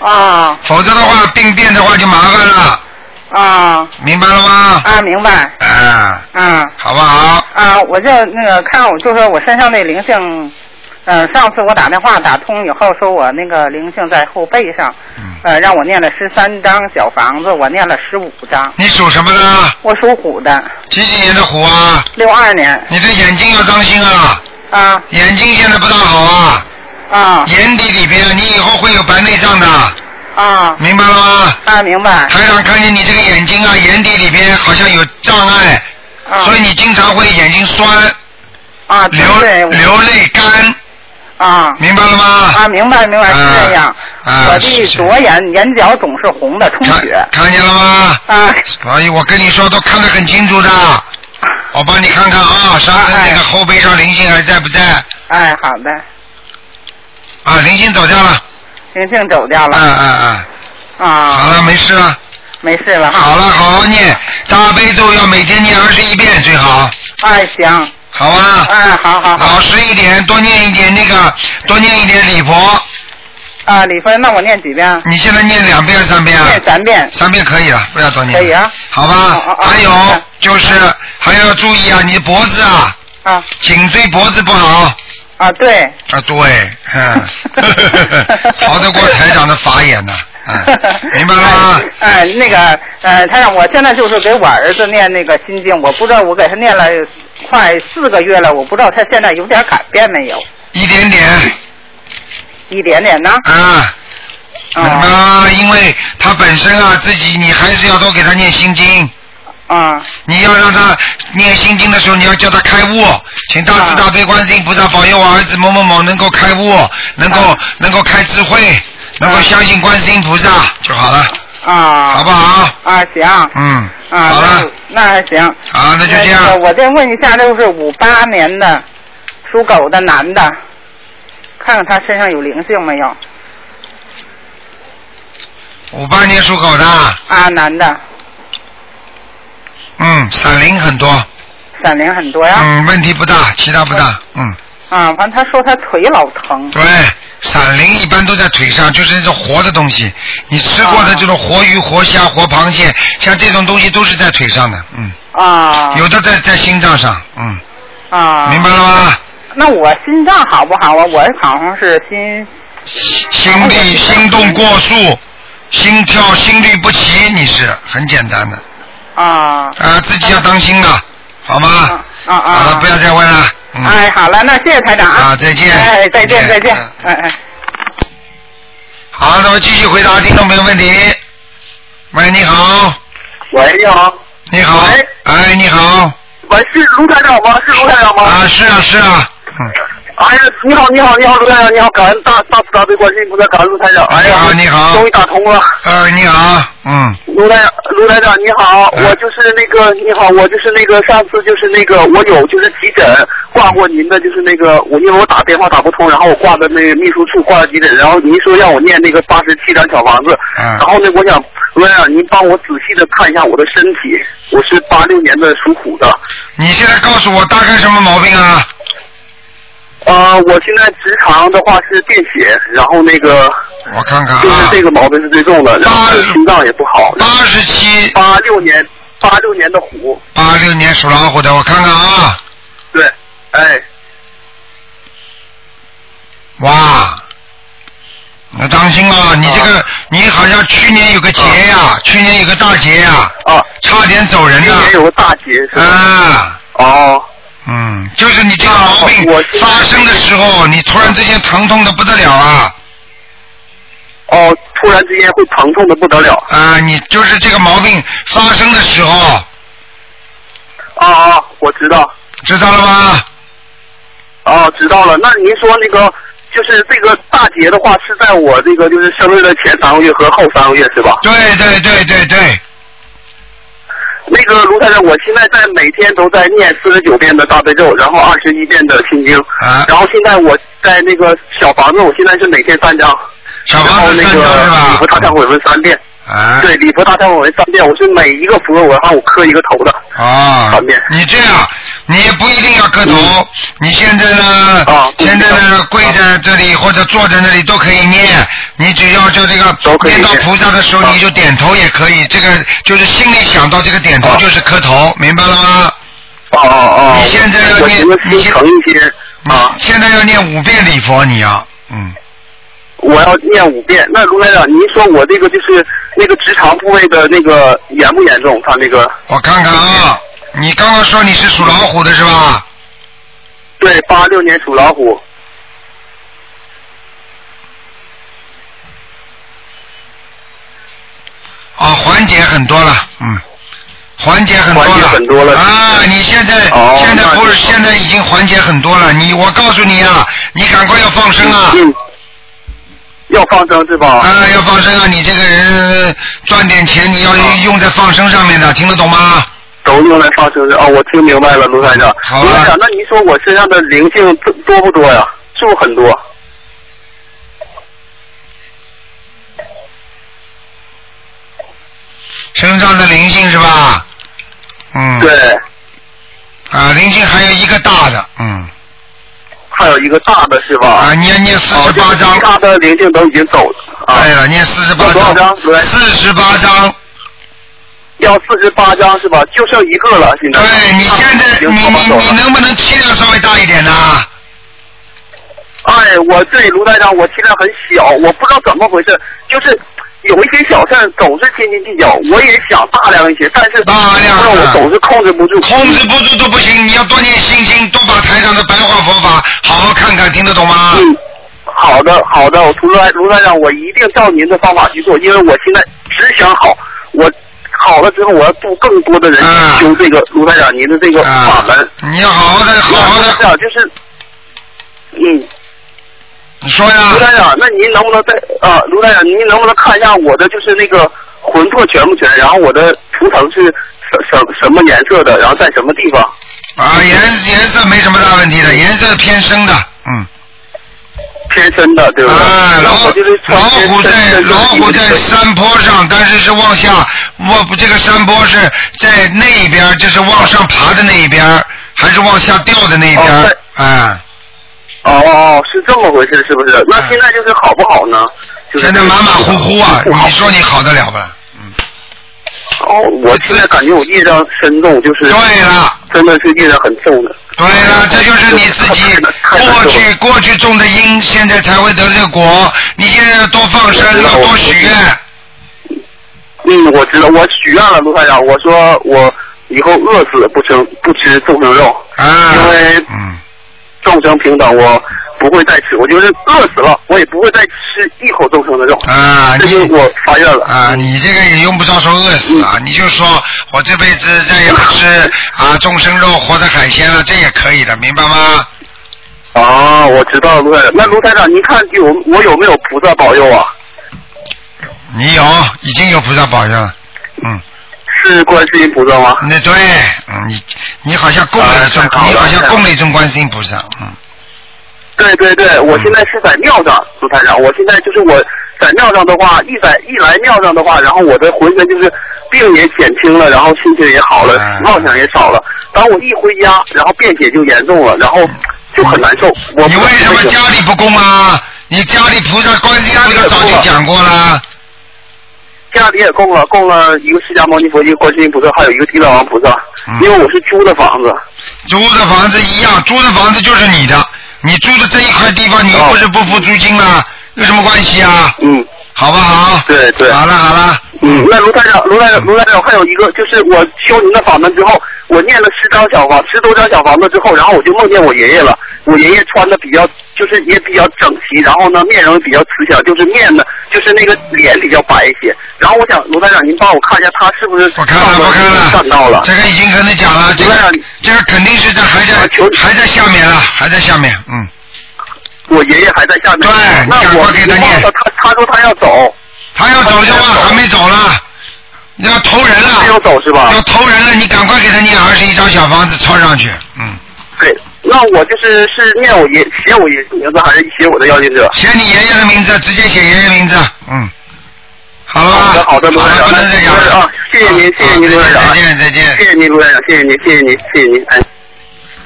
啊。 否则的话，病变的话就麻烦了。 啊。 明白了吗？ 啊，明白。 啊。 嗯。 好不好？ 啊，我就那个看，我就说我身上那灵性。嗯、呃，上次我打电话打通以后，说我那个灵性在后背上，嗯、呃，让我念了十三张小房子，我念了十五张。 你属什么的？ 我属虎的。 几几年的虎啊？ 六二年。 你的眼睛要当心啊！ 啊。 眼睛现在不大好啊。 啊。 眼底里边，你以后会有白内障的。 啊。 明白了吗？ 啊，明白。 台长看见你这个眼睛啊，眼底里边好像有障碍，啊、所以你经常会眼睛酸。 啊。 流流泪干。 啊， 明白了吗？ 啊，明白明白，是这样。 啊， 我的左眼眼角总是红的，充血。 看见了吗？ 啊。 所以我跟你说，都看得很清楚的。我帮你看看啊，上次那个后背上灵性还在不在？ 哎，好的。 啊，灵性走掉了。 灵性走掉了。 嗯嗯嗯。 啊。 好了，没事了。 没事了哈。 好了，好好念大悲咒，要每天念二十一遍最好。 哎，行。 好啊， 哎，好好好， 老实一点，多念一点那个，多念一点礼佛。 啊，礼佛，那我念几遍？ 你现在念两遍三遍啊？ 念三遍。 三遍可以了，不要多念。 可以啊。 好吧， 啊啊、 还有、啊、就是还要注意啊，你的脖子啊， 啊， 颈椎脖子不好。 啊，对。 啊，对，嗯，逃得过台长的法眼呢。嗯，明白了吗？ 哎，那个，呃，他让我现在就是给我儿子念那个心经，我不知道我给他念了快四个月了，我不知道他现在有点改变没有？ 一点点。 一点点呢？ 啊。啊、嗯，因为他本身啊，自己你还是要多给他念心经。 啊。 你要让他念心经的时候，你要叫他开悟，请大慈大悲观世音菩萨保佑我儿子某某某能够开悟，能够、啊、能够开智慧。能够相信观世音菩萨就好了， 啊， 好不好？ 啊，行， 嗯， 啊， 好了， 那还行， 好，那就这样。 我再问一下，就是五八年的属狗的男的，看看他身上有灵性没有？ 五八年属狗的。 啊，男的。 嗯，闪灵很多。 闪灵很多呀。 嗯，问题不大，其他不大，嗯。 啊，反正他说他腿老疼。 对。闪灵一般都在腿上，就是那种活的东西。你吃过的这种活鱼、活虾、活螃蟹，像这种东西都是在腿上的，嗯。 啊。 有的在在心脏上，嗯。 啊。 明白了吗？ 那我心脏好不好啊？我好像是心。 心率、心动过速，心跳、心律不齐，你是很简单的。 啊。 啊，自己要当心了，好吗？ 啊啊啊！ 好了，不要再问了。 嗯、哎，好了，那谢谢台长啊！ 啊，再见！ 哎，再见，再见！哎哎。 好，那么继续回答听众朋友问题。喂，你好。 喂，你好。 你好。 喂。 哎，你好。 喂，是卢台长吗？是卢台长吗？ 啊，是啊，是啊。嗯。 哎呀，你好，你好，你好，卢台长，你好，感恩大大慈大悲观世音菩萨，感恩卢台长。 哎呀，你好。 终于打通了。 呃，你好，嗯。 卢台卢台长你好，我就是那个你好，我就是那个上次就是那个我有就是急诊挂过您的，就是那个我因为我打电话打不通，然后我挂的那个秘书处挂了急诊，然后您说让我念那个八十七张小房子，然后呢，我想卢台长您帮我仔细的看一下我的身体，我是八六年的属虎的。 你现在告诉我大概什么毛病啊？ 呃，我现在直肠的话是便血，然后那个我看看啊， 就是这个毛病是最重的，然后心脏也不好。 八十七， 八六年，八六年的虎。 八六年属老虎的，我看看啊。 对，哎。 哇，那当心啊！你这个，你好像去年有个劫呀、啊，去年有个大劫呀、 啊，啊， 差点走人了。 去年有个大劫是吧？ 啊。 哦。 嗯，就是你这个毛病发生的时候，你突然之间疼痛的不得了啊！ 哦，突然之间会疼痛的不得了。 啊，你就是这个毛病发生的时候。 啊啊，我知道。 知道了吗？ 哦，知道了。那您说那个，就是这个大劫的话，是在我这个就是生日的前三个月和后三个月是吧？ 对对对对对。 那个卢台长，我现在在每天都在念四十九遍的大悲咒，然后二十一遍的心经。 啊。 然后现在我在那个小房子，我现在是每天三张。 小房子三张是吧？ 然后那个礼佛大忏悔文三遍。 啊。 对，礼佛大忏悔文三遍，我是每一个佛我让我磕一个头的。 啊。 三遍。 你这样， 你也不一定要磕头，你现在呢？ 啊， 现在呢，跪在这里或者坐在那里都可以念。你只要就这个念到菩萨的时候，你就点头也可以。这个就是心里想到这个点头就是磕头，明白了吗？ 哦哦哦。 你现在要念，你现一些啊，现在要念五遍礼佛，你要嗯。 我要念五遍。那卢台长，您说我这个就是那个直肠部位的那个严不严重？他那个我看看啊，你刚刚说你是属老虎的是吧？ 对，八六年属老虎。 啊，缓解很多了，嗯，缓解很多了， 缓解很多了啊！你现在、 哦、 现在不是现在已经缓解很多了，你我告诉你啊，你赶快要放生啊！ 嗯，要放生是吧？ 啊，要放生啊！你这个人赚点钱，你要用在放生上面的，听得懂吗？ 都用来放生哦，我听明白了，卢台长。卢台长，那您说我身上的灵性多不多呀？是不是很多？ 身上的灵性是吧？嗯。 对。 啊，灵性还有一个大的，嗯。 还有一个大的是吧？ 啊，你要念四十八章。 大的灵性都已经走了。 啊、对了，念四十八章。 多少章？ 四十八章。 要四十八章是吧？就剩一个了，现在。 对，你现在你你你能不能气量稍微大一点呢？ 哎，我对卢台长，我气量很小，我不知道怎么回事，就是有一些小事总是斤斤计较，我也想大量一些，但是大量我总是控制不住， 控制不住都不行，你要多念心经，多把台上的白话佛法好好看看，听得懂吗？ 嗯，好的好的，我卢台卢台长，我一定照您的方法去做，因为我现在只想好，我。好了之后，我要度更多的人修这个卢台长您的这个法门。 啊、你要好好的，好好的。 这样就是，嗯。 你说呀。 卢台长，那您能不能在啊？卢台长，您能不能看一下我的就是那个魂魄全不全？然后我的图腾是什什什么颜色的？然后在什么地方？ 啊，颜颜色没什么大问题的，颜色偏深的，嗯。 偏深的，对吧？ 啊，老虎老虎在老虎在山坡上，但是是往下，我这个山坡是在那一边，就是往上爬的那一边，还是往下掉的那一边？ 哦， 啊。 哦哦，是这么回事，是不是？那现在就是好不好呢？就是现在马马虎虎啊，你说你好得了吧？嗯。 哦，我现在感觉我业障深重，就是。 对了。 真的是业障很重的。 对了，这就是你自己过去过去种的因，现在才会得这个果。你现在要多放生，要多许愿。 嗯，我知道，我许愿了，卢台长，我说我以后饿死不吃不吃众生肉， 啊、 因为嗯， 众生平等，我不会再吃，我就是饿死了，我也不会再吃一口众生的肉。 啊， 这就是我发愿了。 啊，你这个也用不着说饿死啊，嗯、你就说我这辈子再也不吃啊众生肉或者海鲜了，这也可以的，明白吗？ 啊，我知道，卢台长。那卢台长，您看有我有没有菩萨保佑啊？ 你有，已经有菩萨保佑了，嗯。 是观世音菩萨吗？ 那对，嗯，你你好像供了一尊，你好像供了一尊观世音菩萨，嗯。 对对对，我现在是在庙上，卢台长。我现在就是我在庙上的话，一在一来庙上的话，然后我的浑身就是病也减轻了，然后心情也好了，妄想也少了。当我一回家，然后便血就严重了，然后就很难受。我你为什么家里不供啊？你家里菩萨观世音菩萨早就讲过了。 家里也供了，供了一个释迦牟尼佛，一个观世音菩萨，还有一个地藏王菩萨。嗯、因为我是租的房子。 租的房子一样，租的房子就是你的。你租的这一块地方，你又不是不付租金了，有什么关系啊？ 嗯， 好不好？ 对对。 好了好了。 嗯，那卢台长，卢台长，卢台长，还有一个就是我修您的法门之后，我念了十张小房，十多张小房子之后，然后我就梦见我爷爷了。我爷爷穿的比较，就是也比较整齐，然后呢，面容比较慈祥，就是面呢，就是那个脸比较白一些。然后我想，卢台长，您帮我看一下，他是不是我看了，我看了， 看到了。 这个已经跟你讲了，这个这个肯定是在还在还在下面了，还在下面，嗯。 我爷爷还在下面。 对， 那我给他念。 他他说他要走。 他要走的话还没走了，要投人了。 没有走是吧？ 要投人了，你赶快给他念二十一张小房子抄上去，嗯。 对，那我就是是念我爷写我爷爷名字，还是写我的要经者？ 写你爷爷的名字，直接写爷爷名字，嗯。好了吧。 好的，好的，卢台长， 不能再讲了啊！谢谢您，谢谢您，卢台长， 再见，再见。 谢谢您，卢台长，谢谢您，谢谢您，谢谢您，哎。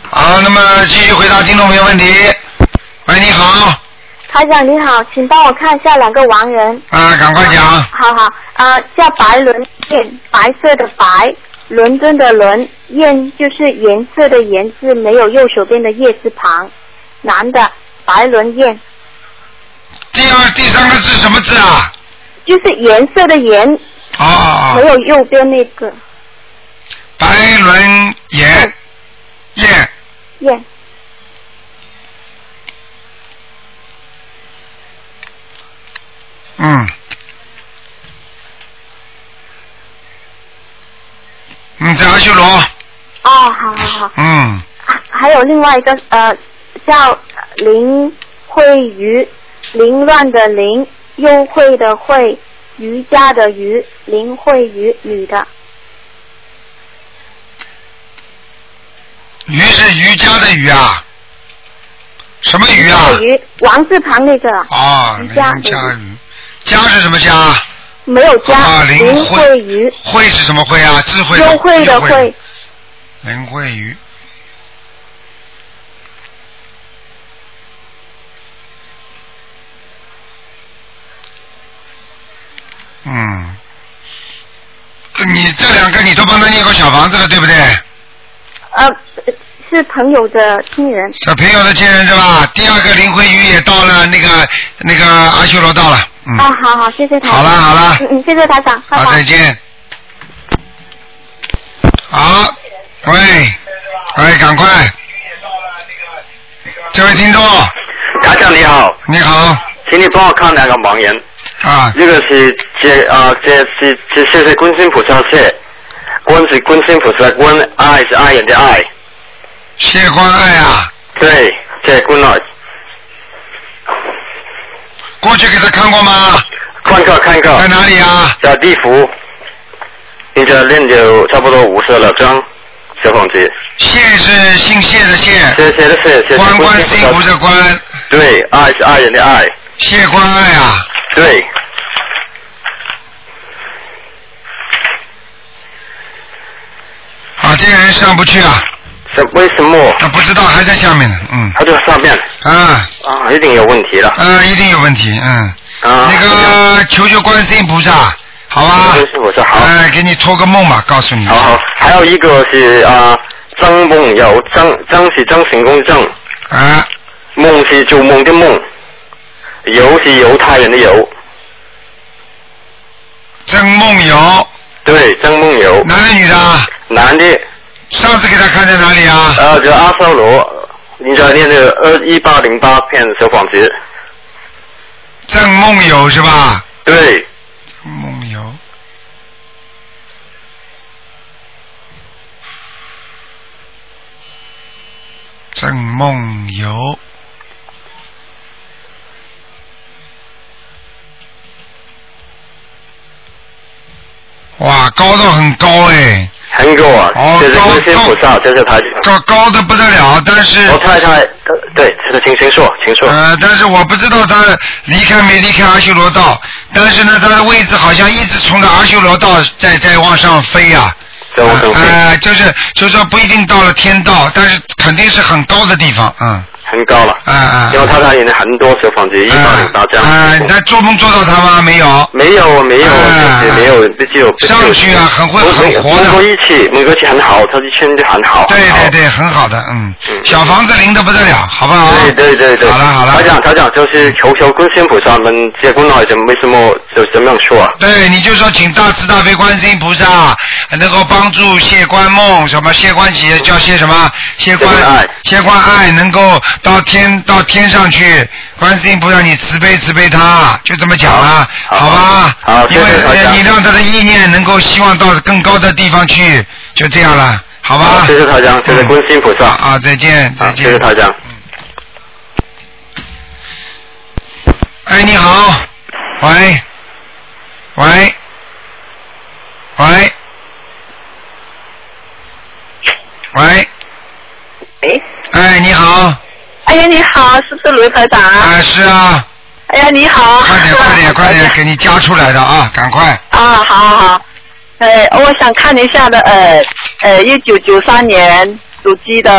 好，那么继续回答听众朋友问题。喂，你好。 台长你好，请帮我看一下两个亡人。 啊，赶快讲。 好好，啊、呃，叫白伦燕，白色的白，伦敦的伦，燕就是颜色的颜字，没有右手边的叶字旁，男的，白伦燕。 第二、第三个字什么字啊？ 就是颜色的颜。 哦。 没有右边那个。 白伦燕。燕。 燕。 嗯，嗯，在阿修罗。 哦，好好好。 嗯。 还有另外一个呃，叫林慧瑜，凌乱的凌，优惠的惠，瑜伽的瑜，林慧瑜，女的。 瑜是瑜伽的瑜啊？什么瑜啊？ 瑜，王字旁那个。 哦， 瑜伽瑜伽瑜。家是什么家？ 没有家。 啊，林慧瑜。 慧是什么慧啊？智慧的。 优惠的惠。 林慧瑜。嗯，你这两个你都帮他念过小房子了，对不对？ 呃，是朋友的亲人。 是朋友的亲人是吧？第二个林慧瑜也到了那个那个阿修罗道了。嗯。 啊，好好，谢谢台长。 好了好了。 嗯嗯，谢谢台长。 好，再见。好，喂，喂，赶快。这位听众。 台长你好。 你好。 请你帮我看两个盲人。 啊。 一个是这啊这是这谢谢观世音菩萨谢，观是观世音菩萨观，爱是爱人的爱。 谢关爱啊。 对，谢关爱。 过去给他看过吗？ 看过看过。 在哪里啊？ 在地府。现在练有差不多五十了张小房子。 谢是姓谢的谢。 谢谢的谢。谢关关心不是关。 对，爱是爱人的爱。 谢关爱啊。 对。 啊，这个人上不去啊。 是为什么？ 他不知道，还在下面呢，嗯。 他就上面。 啊。 啊，一定有问题了。 嗯，一定有问题，嗯。 啊。 那个求求观世音菩萨，好吧？ 观世音菩萨好。 哎、呃，给你托个梦吧，告诉你。 好好。还有一个是啊，曾梦游，曾曾是曾成功曾。 啊。 梦是做梦的梦，游是犹太人的游。 曾梦游。 对，曾梦游。 男的女的？ 男的。 上次给他看在哪里啊？ 呃，就阿修罗，你在念的二一八零八片小房子。 曾梦游是吧？ 对。 曾梦游。曾梦游。哇，高到很高哎！ 很高啊！ 哦， 这是观世音菩萨，这是他。 高高的不得了，但是。 我太太，对，是请请说，请说。 呃，但是我不知道他离开没离开阿修罗道，但是呢，他的位置好像一直冲着阿修罗道在在往上飞呀、啊。 在往上飞。 呃，就是就是说不一定到了天道，但是肯定是很高的地方，嗯。 很高了。 啊啊！ 因为他他也很多小房子，一八零八这样。 啊，你在做梦做到他吗？没有。 没有没有，没有，必须有。 上去啊，很会很活的。 通过一起，每个一起很好，他一圈就很好。 对对对，很好的，嗯。小房子灵得不得了，好不好？ 对对对对。 好了好了。 他讲他讲就是求求观世音菩萨们结婚了，就为什么就怎么样说啊？ 对，你就说请大慈大悲观世音菩萨能够帮助谢观梦，什么谢观起叫谢什么谢观爱，谢观爱能够到天到天上去，观世音菩萨你慈悲慈悲他，就这么讲了，好吧？ 好， 因为你让他的意念能够希望到更高的地方去，就这样了，好吧？ 谢谢台长，谢谢观世音菩萨。 啊，再见再见。 谢谢台长。 哎，你好，喂，喂，喂，喂， 哎， 哎，你好。 哎呀，你好，是不是卢台长？ 啊，是啊。 哎呀，你好。 快点，快点，快点，给你加出来的啊，赶快。 啊，好好好。呃，我想看一下的，呃呃，一九九三年属鸡的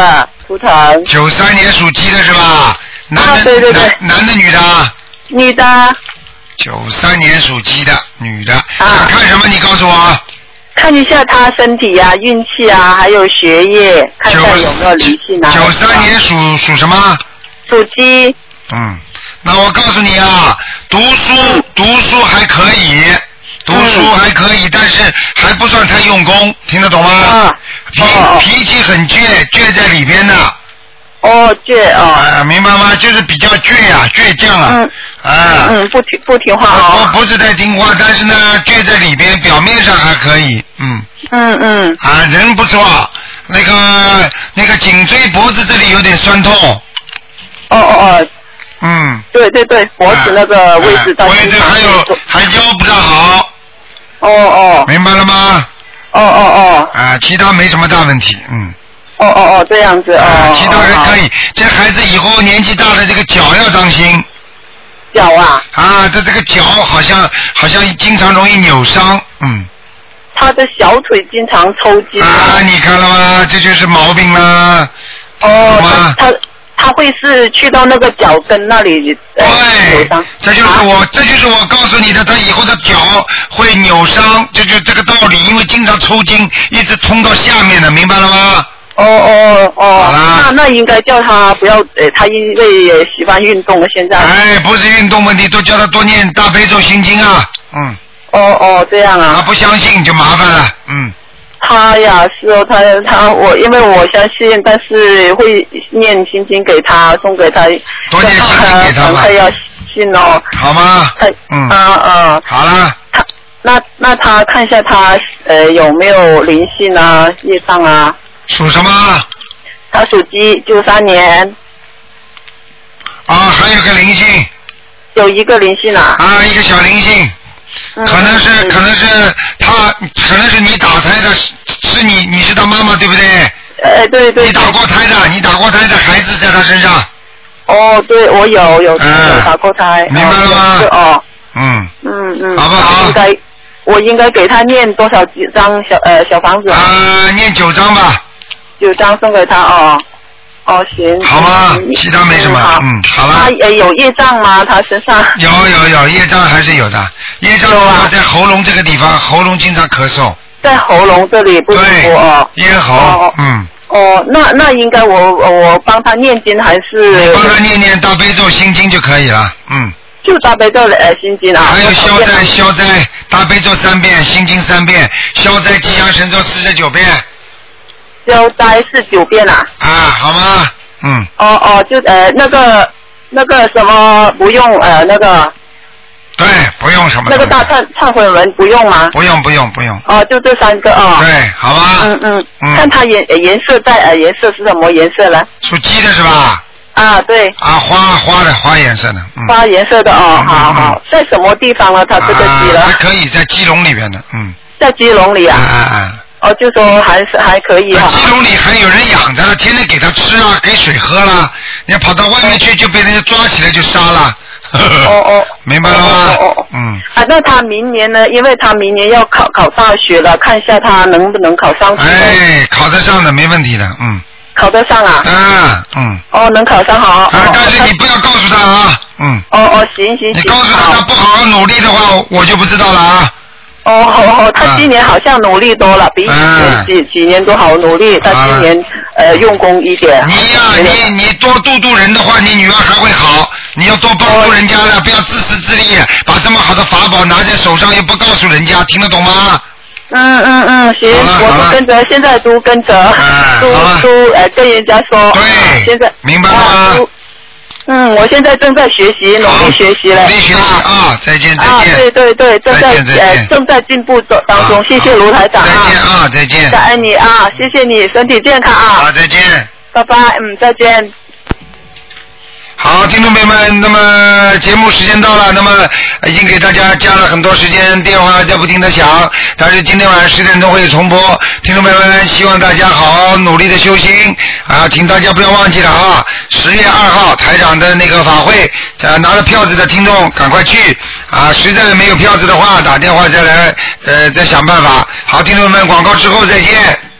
图腾。 九三年属鸡的是吧？男的、 啊、对对对。 男, 男的女的？ 女的。 九三年属鸡的女的。啊。想看什么？你告诉我。 看一下他身体啊、运气啊，还有学业，看一下有没有灵性啊。 九三年属属什么？ 属鸡。 嗯，那我告诉你啊，读书、嗯、读书还可以，读书还可以，嗯、但是还不算太用功，听得懂吗？啊。脾哦脾气很倔，倔在里边的。 哦，倔哦。 啊，明白吗？就是比较倔啊，倔强啊。 嗯。啊。嗯，不听不听话哦。 不不是太听话，但是呢，倔在里边，表面上还可以，嗯。 嗯嗯。 啊，人不错，那个那个颈椎脖子这里有点酸痛。 哦哦哦。 嗯。 对对对，脖子那个位置到。 位置还有还腰不大好。 哦哦。 明白了吗？ 哦哦哦。 啊，其他没什么大问题，嗯。 哦哦哦，这样子哦。 啊，其他还可以。这孩子以后年纪大了，这个脚要当心。 脚啊？ 啊，他这个脚好像好像经常容易扭伤，嗯。 他的小腿经常抽筋。 啊，你看了吗？这就是毛病啦。 哦，他他他会是去到那个脚跟那里呃扭伤。 这就是我、啊、这就是我告诉你的，他以后的脚会扭伤，这就这个道理，因为经常抽筋，一直冲到下面的，明白了吗？ 哦哦哦， 好啦， 那那应该叫他不要，呃，他因为也喜欢运动了，现在。 哎，不是运动问题，都叫他多念大悲咒心经啊，嗯。 哦哦，这样啊。 他不相信就麻烦了，嗯。 他呀，是哦，他他我因为我相信，但是会念心经给他，送给他。 多念心经给他吧。 他要信哦。 好吗？嗯。 啊啊。 好了。 他那那他看一下他呃有没有灵性啊、业障啊。 属什么？ 他属鸡，九三年。 啊，还有个灵性。 有一个灵性啊。 啊，一个小灵性， 嗯、 可能是、嗯、可能是他，可能是你打胎的，是你你是他妈妈对不对？ 呃，对对。 你打过胎的，你打过胎的孩子在他身上。 哦，对，我有有、嗯、有打过胎。 明白了吗？ 哦。 嗯。 嗯嗯。 好不好？ 应该，我应该给他念多少几张小呃小房子？ 啊，念九张吧。 九张送给他哦，哦行。 好吗？其他没什么，嗯，嗯好了。 他也有业障吗？他身上？ 有有有业障还是有的，业障啊在喉咙这个地方，喉咙经常咳嗽。 在喉咙这里不舒服哦。 咽喉， 哦、 嗯。 哦，那那应该我我帮他念经还是？ 你帮他念念大悲咒心经就可以了，嗯。 就大悲咒呃心经啊。 还有消灾消灾大悲咒三遍，心经三遍，消灾吉祥神咒四十九遍。 消灾是九遍啊。 啊，好吗？嗯。 哦哦，就呃那个那个什么不用呃那个。 对，不用什么。 那个大忏忏悔文不用吗？ 不用不用不用。 哦，就这三个哦。 对，好吧。 嗯嗯。嗯看它颜颜色在呃颜色是什么颜色呢？ 属鸡的是吧？ 啊，对。 啊，花花的花颜色的。嗯、 花颜色的哦，嗯、好好。在什么地方呢？它这个鸡了？ 还可以在鸡笼里边的，嗯。 在鸡笼里啊。 啊啊。 哦，就说还是还可以哈。 鸡笼里还有人养着了，天天给它吃啊，给水喝了。你要跑到外面去，就被人家抓起来就杀了。 哦哦， 明白了吗？ 哦哦， 嗯。 啊，那他明年呢？因为他明年要考考大学了，看一下他能不能考上去。 哎，考得上的，没问题的，嗯。 考得上啊？ 啊，嗯。 哦，能考上好。 啊，但是你不要告诉他啊，嗯。 哦哦，行行行。 你告诉他，他不好好努力的话，我就不知道了啊。 哦哦，他今年好像努力多了，比以前几几年都好努力。他今年呃用功一点。 你呀，你你多度度人的话，你女儿还会好。你要多帮助人家了，不要自私自利，把这么好的法宝拿在手上又不告诉人家，听得懂吗？ 嗯嗯嗯，行，我都跟着，现在都跟着，都都呃跟人家说。 对， 现在明白了吗？ 嗯，我现在正在学习，努力学习了。 努力学习啊！再见再见。 啊，对对对，正在呃正在进步当中，谢谢卢台长啊！ 再见啊！再见。 感恩你啊！谢谢你，身体健康啊！ 好，再见。 拜拜，嗯，再见。 好，听众朋友们，那么节目时间到了，那么已经给大家加了很多时间，电话在不停的响，但是今天晚上十点钟会重播。听众朋友们，希望大家好好努力的修心啊，请大家不要忘记了啊，十月二号台长的那个法会，呃，拿了票子的听众赶快去啊，实在没有票子的话，打电话再来呃再想办法。好，听众朋友们，广告之后再见。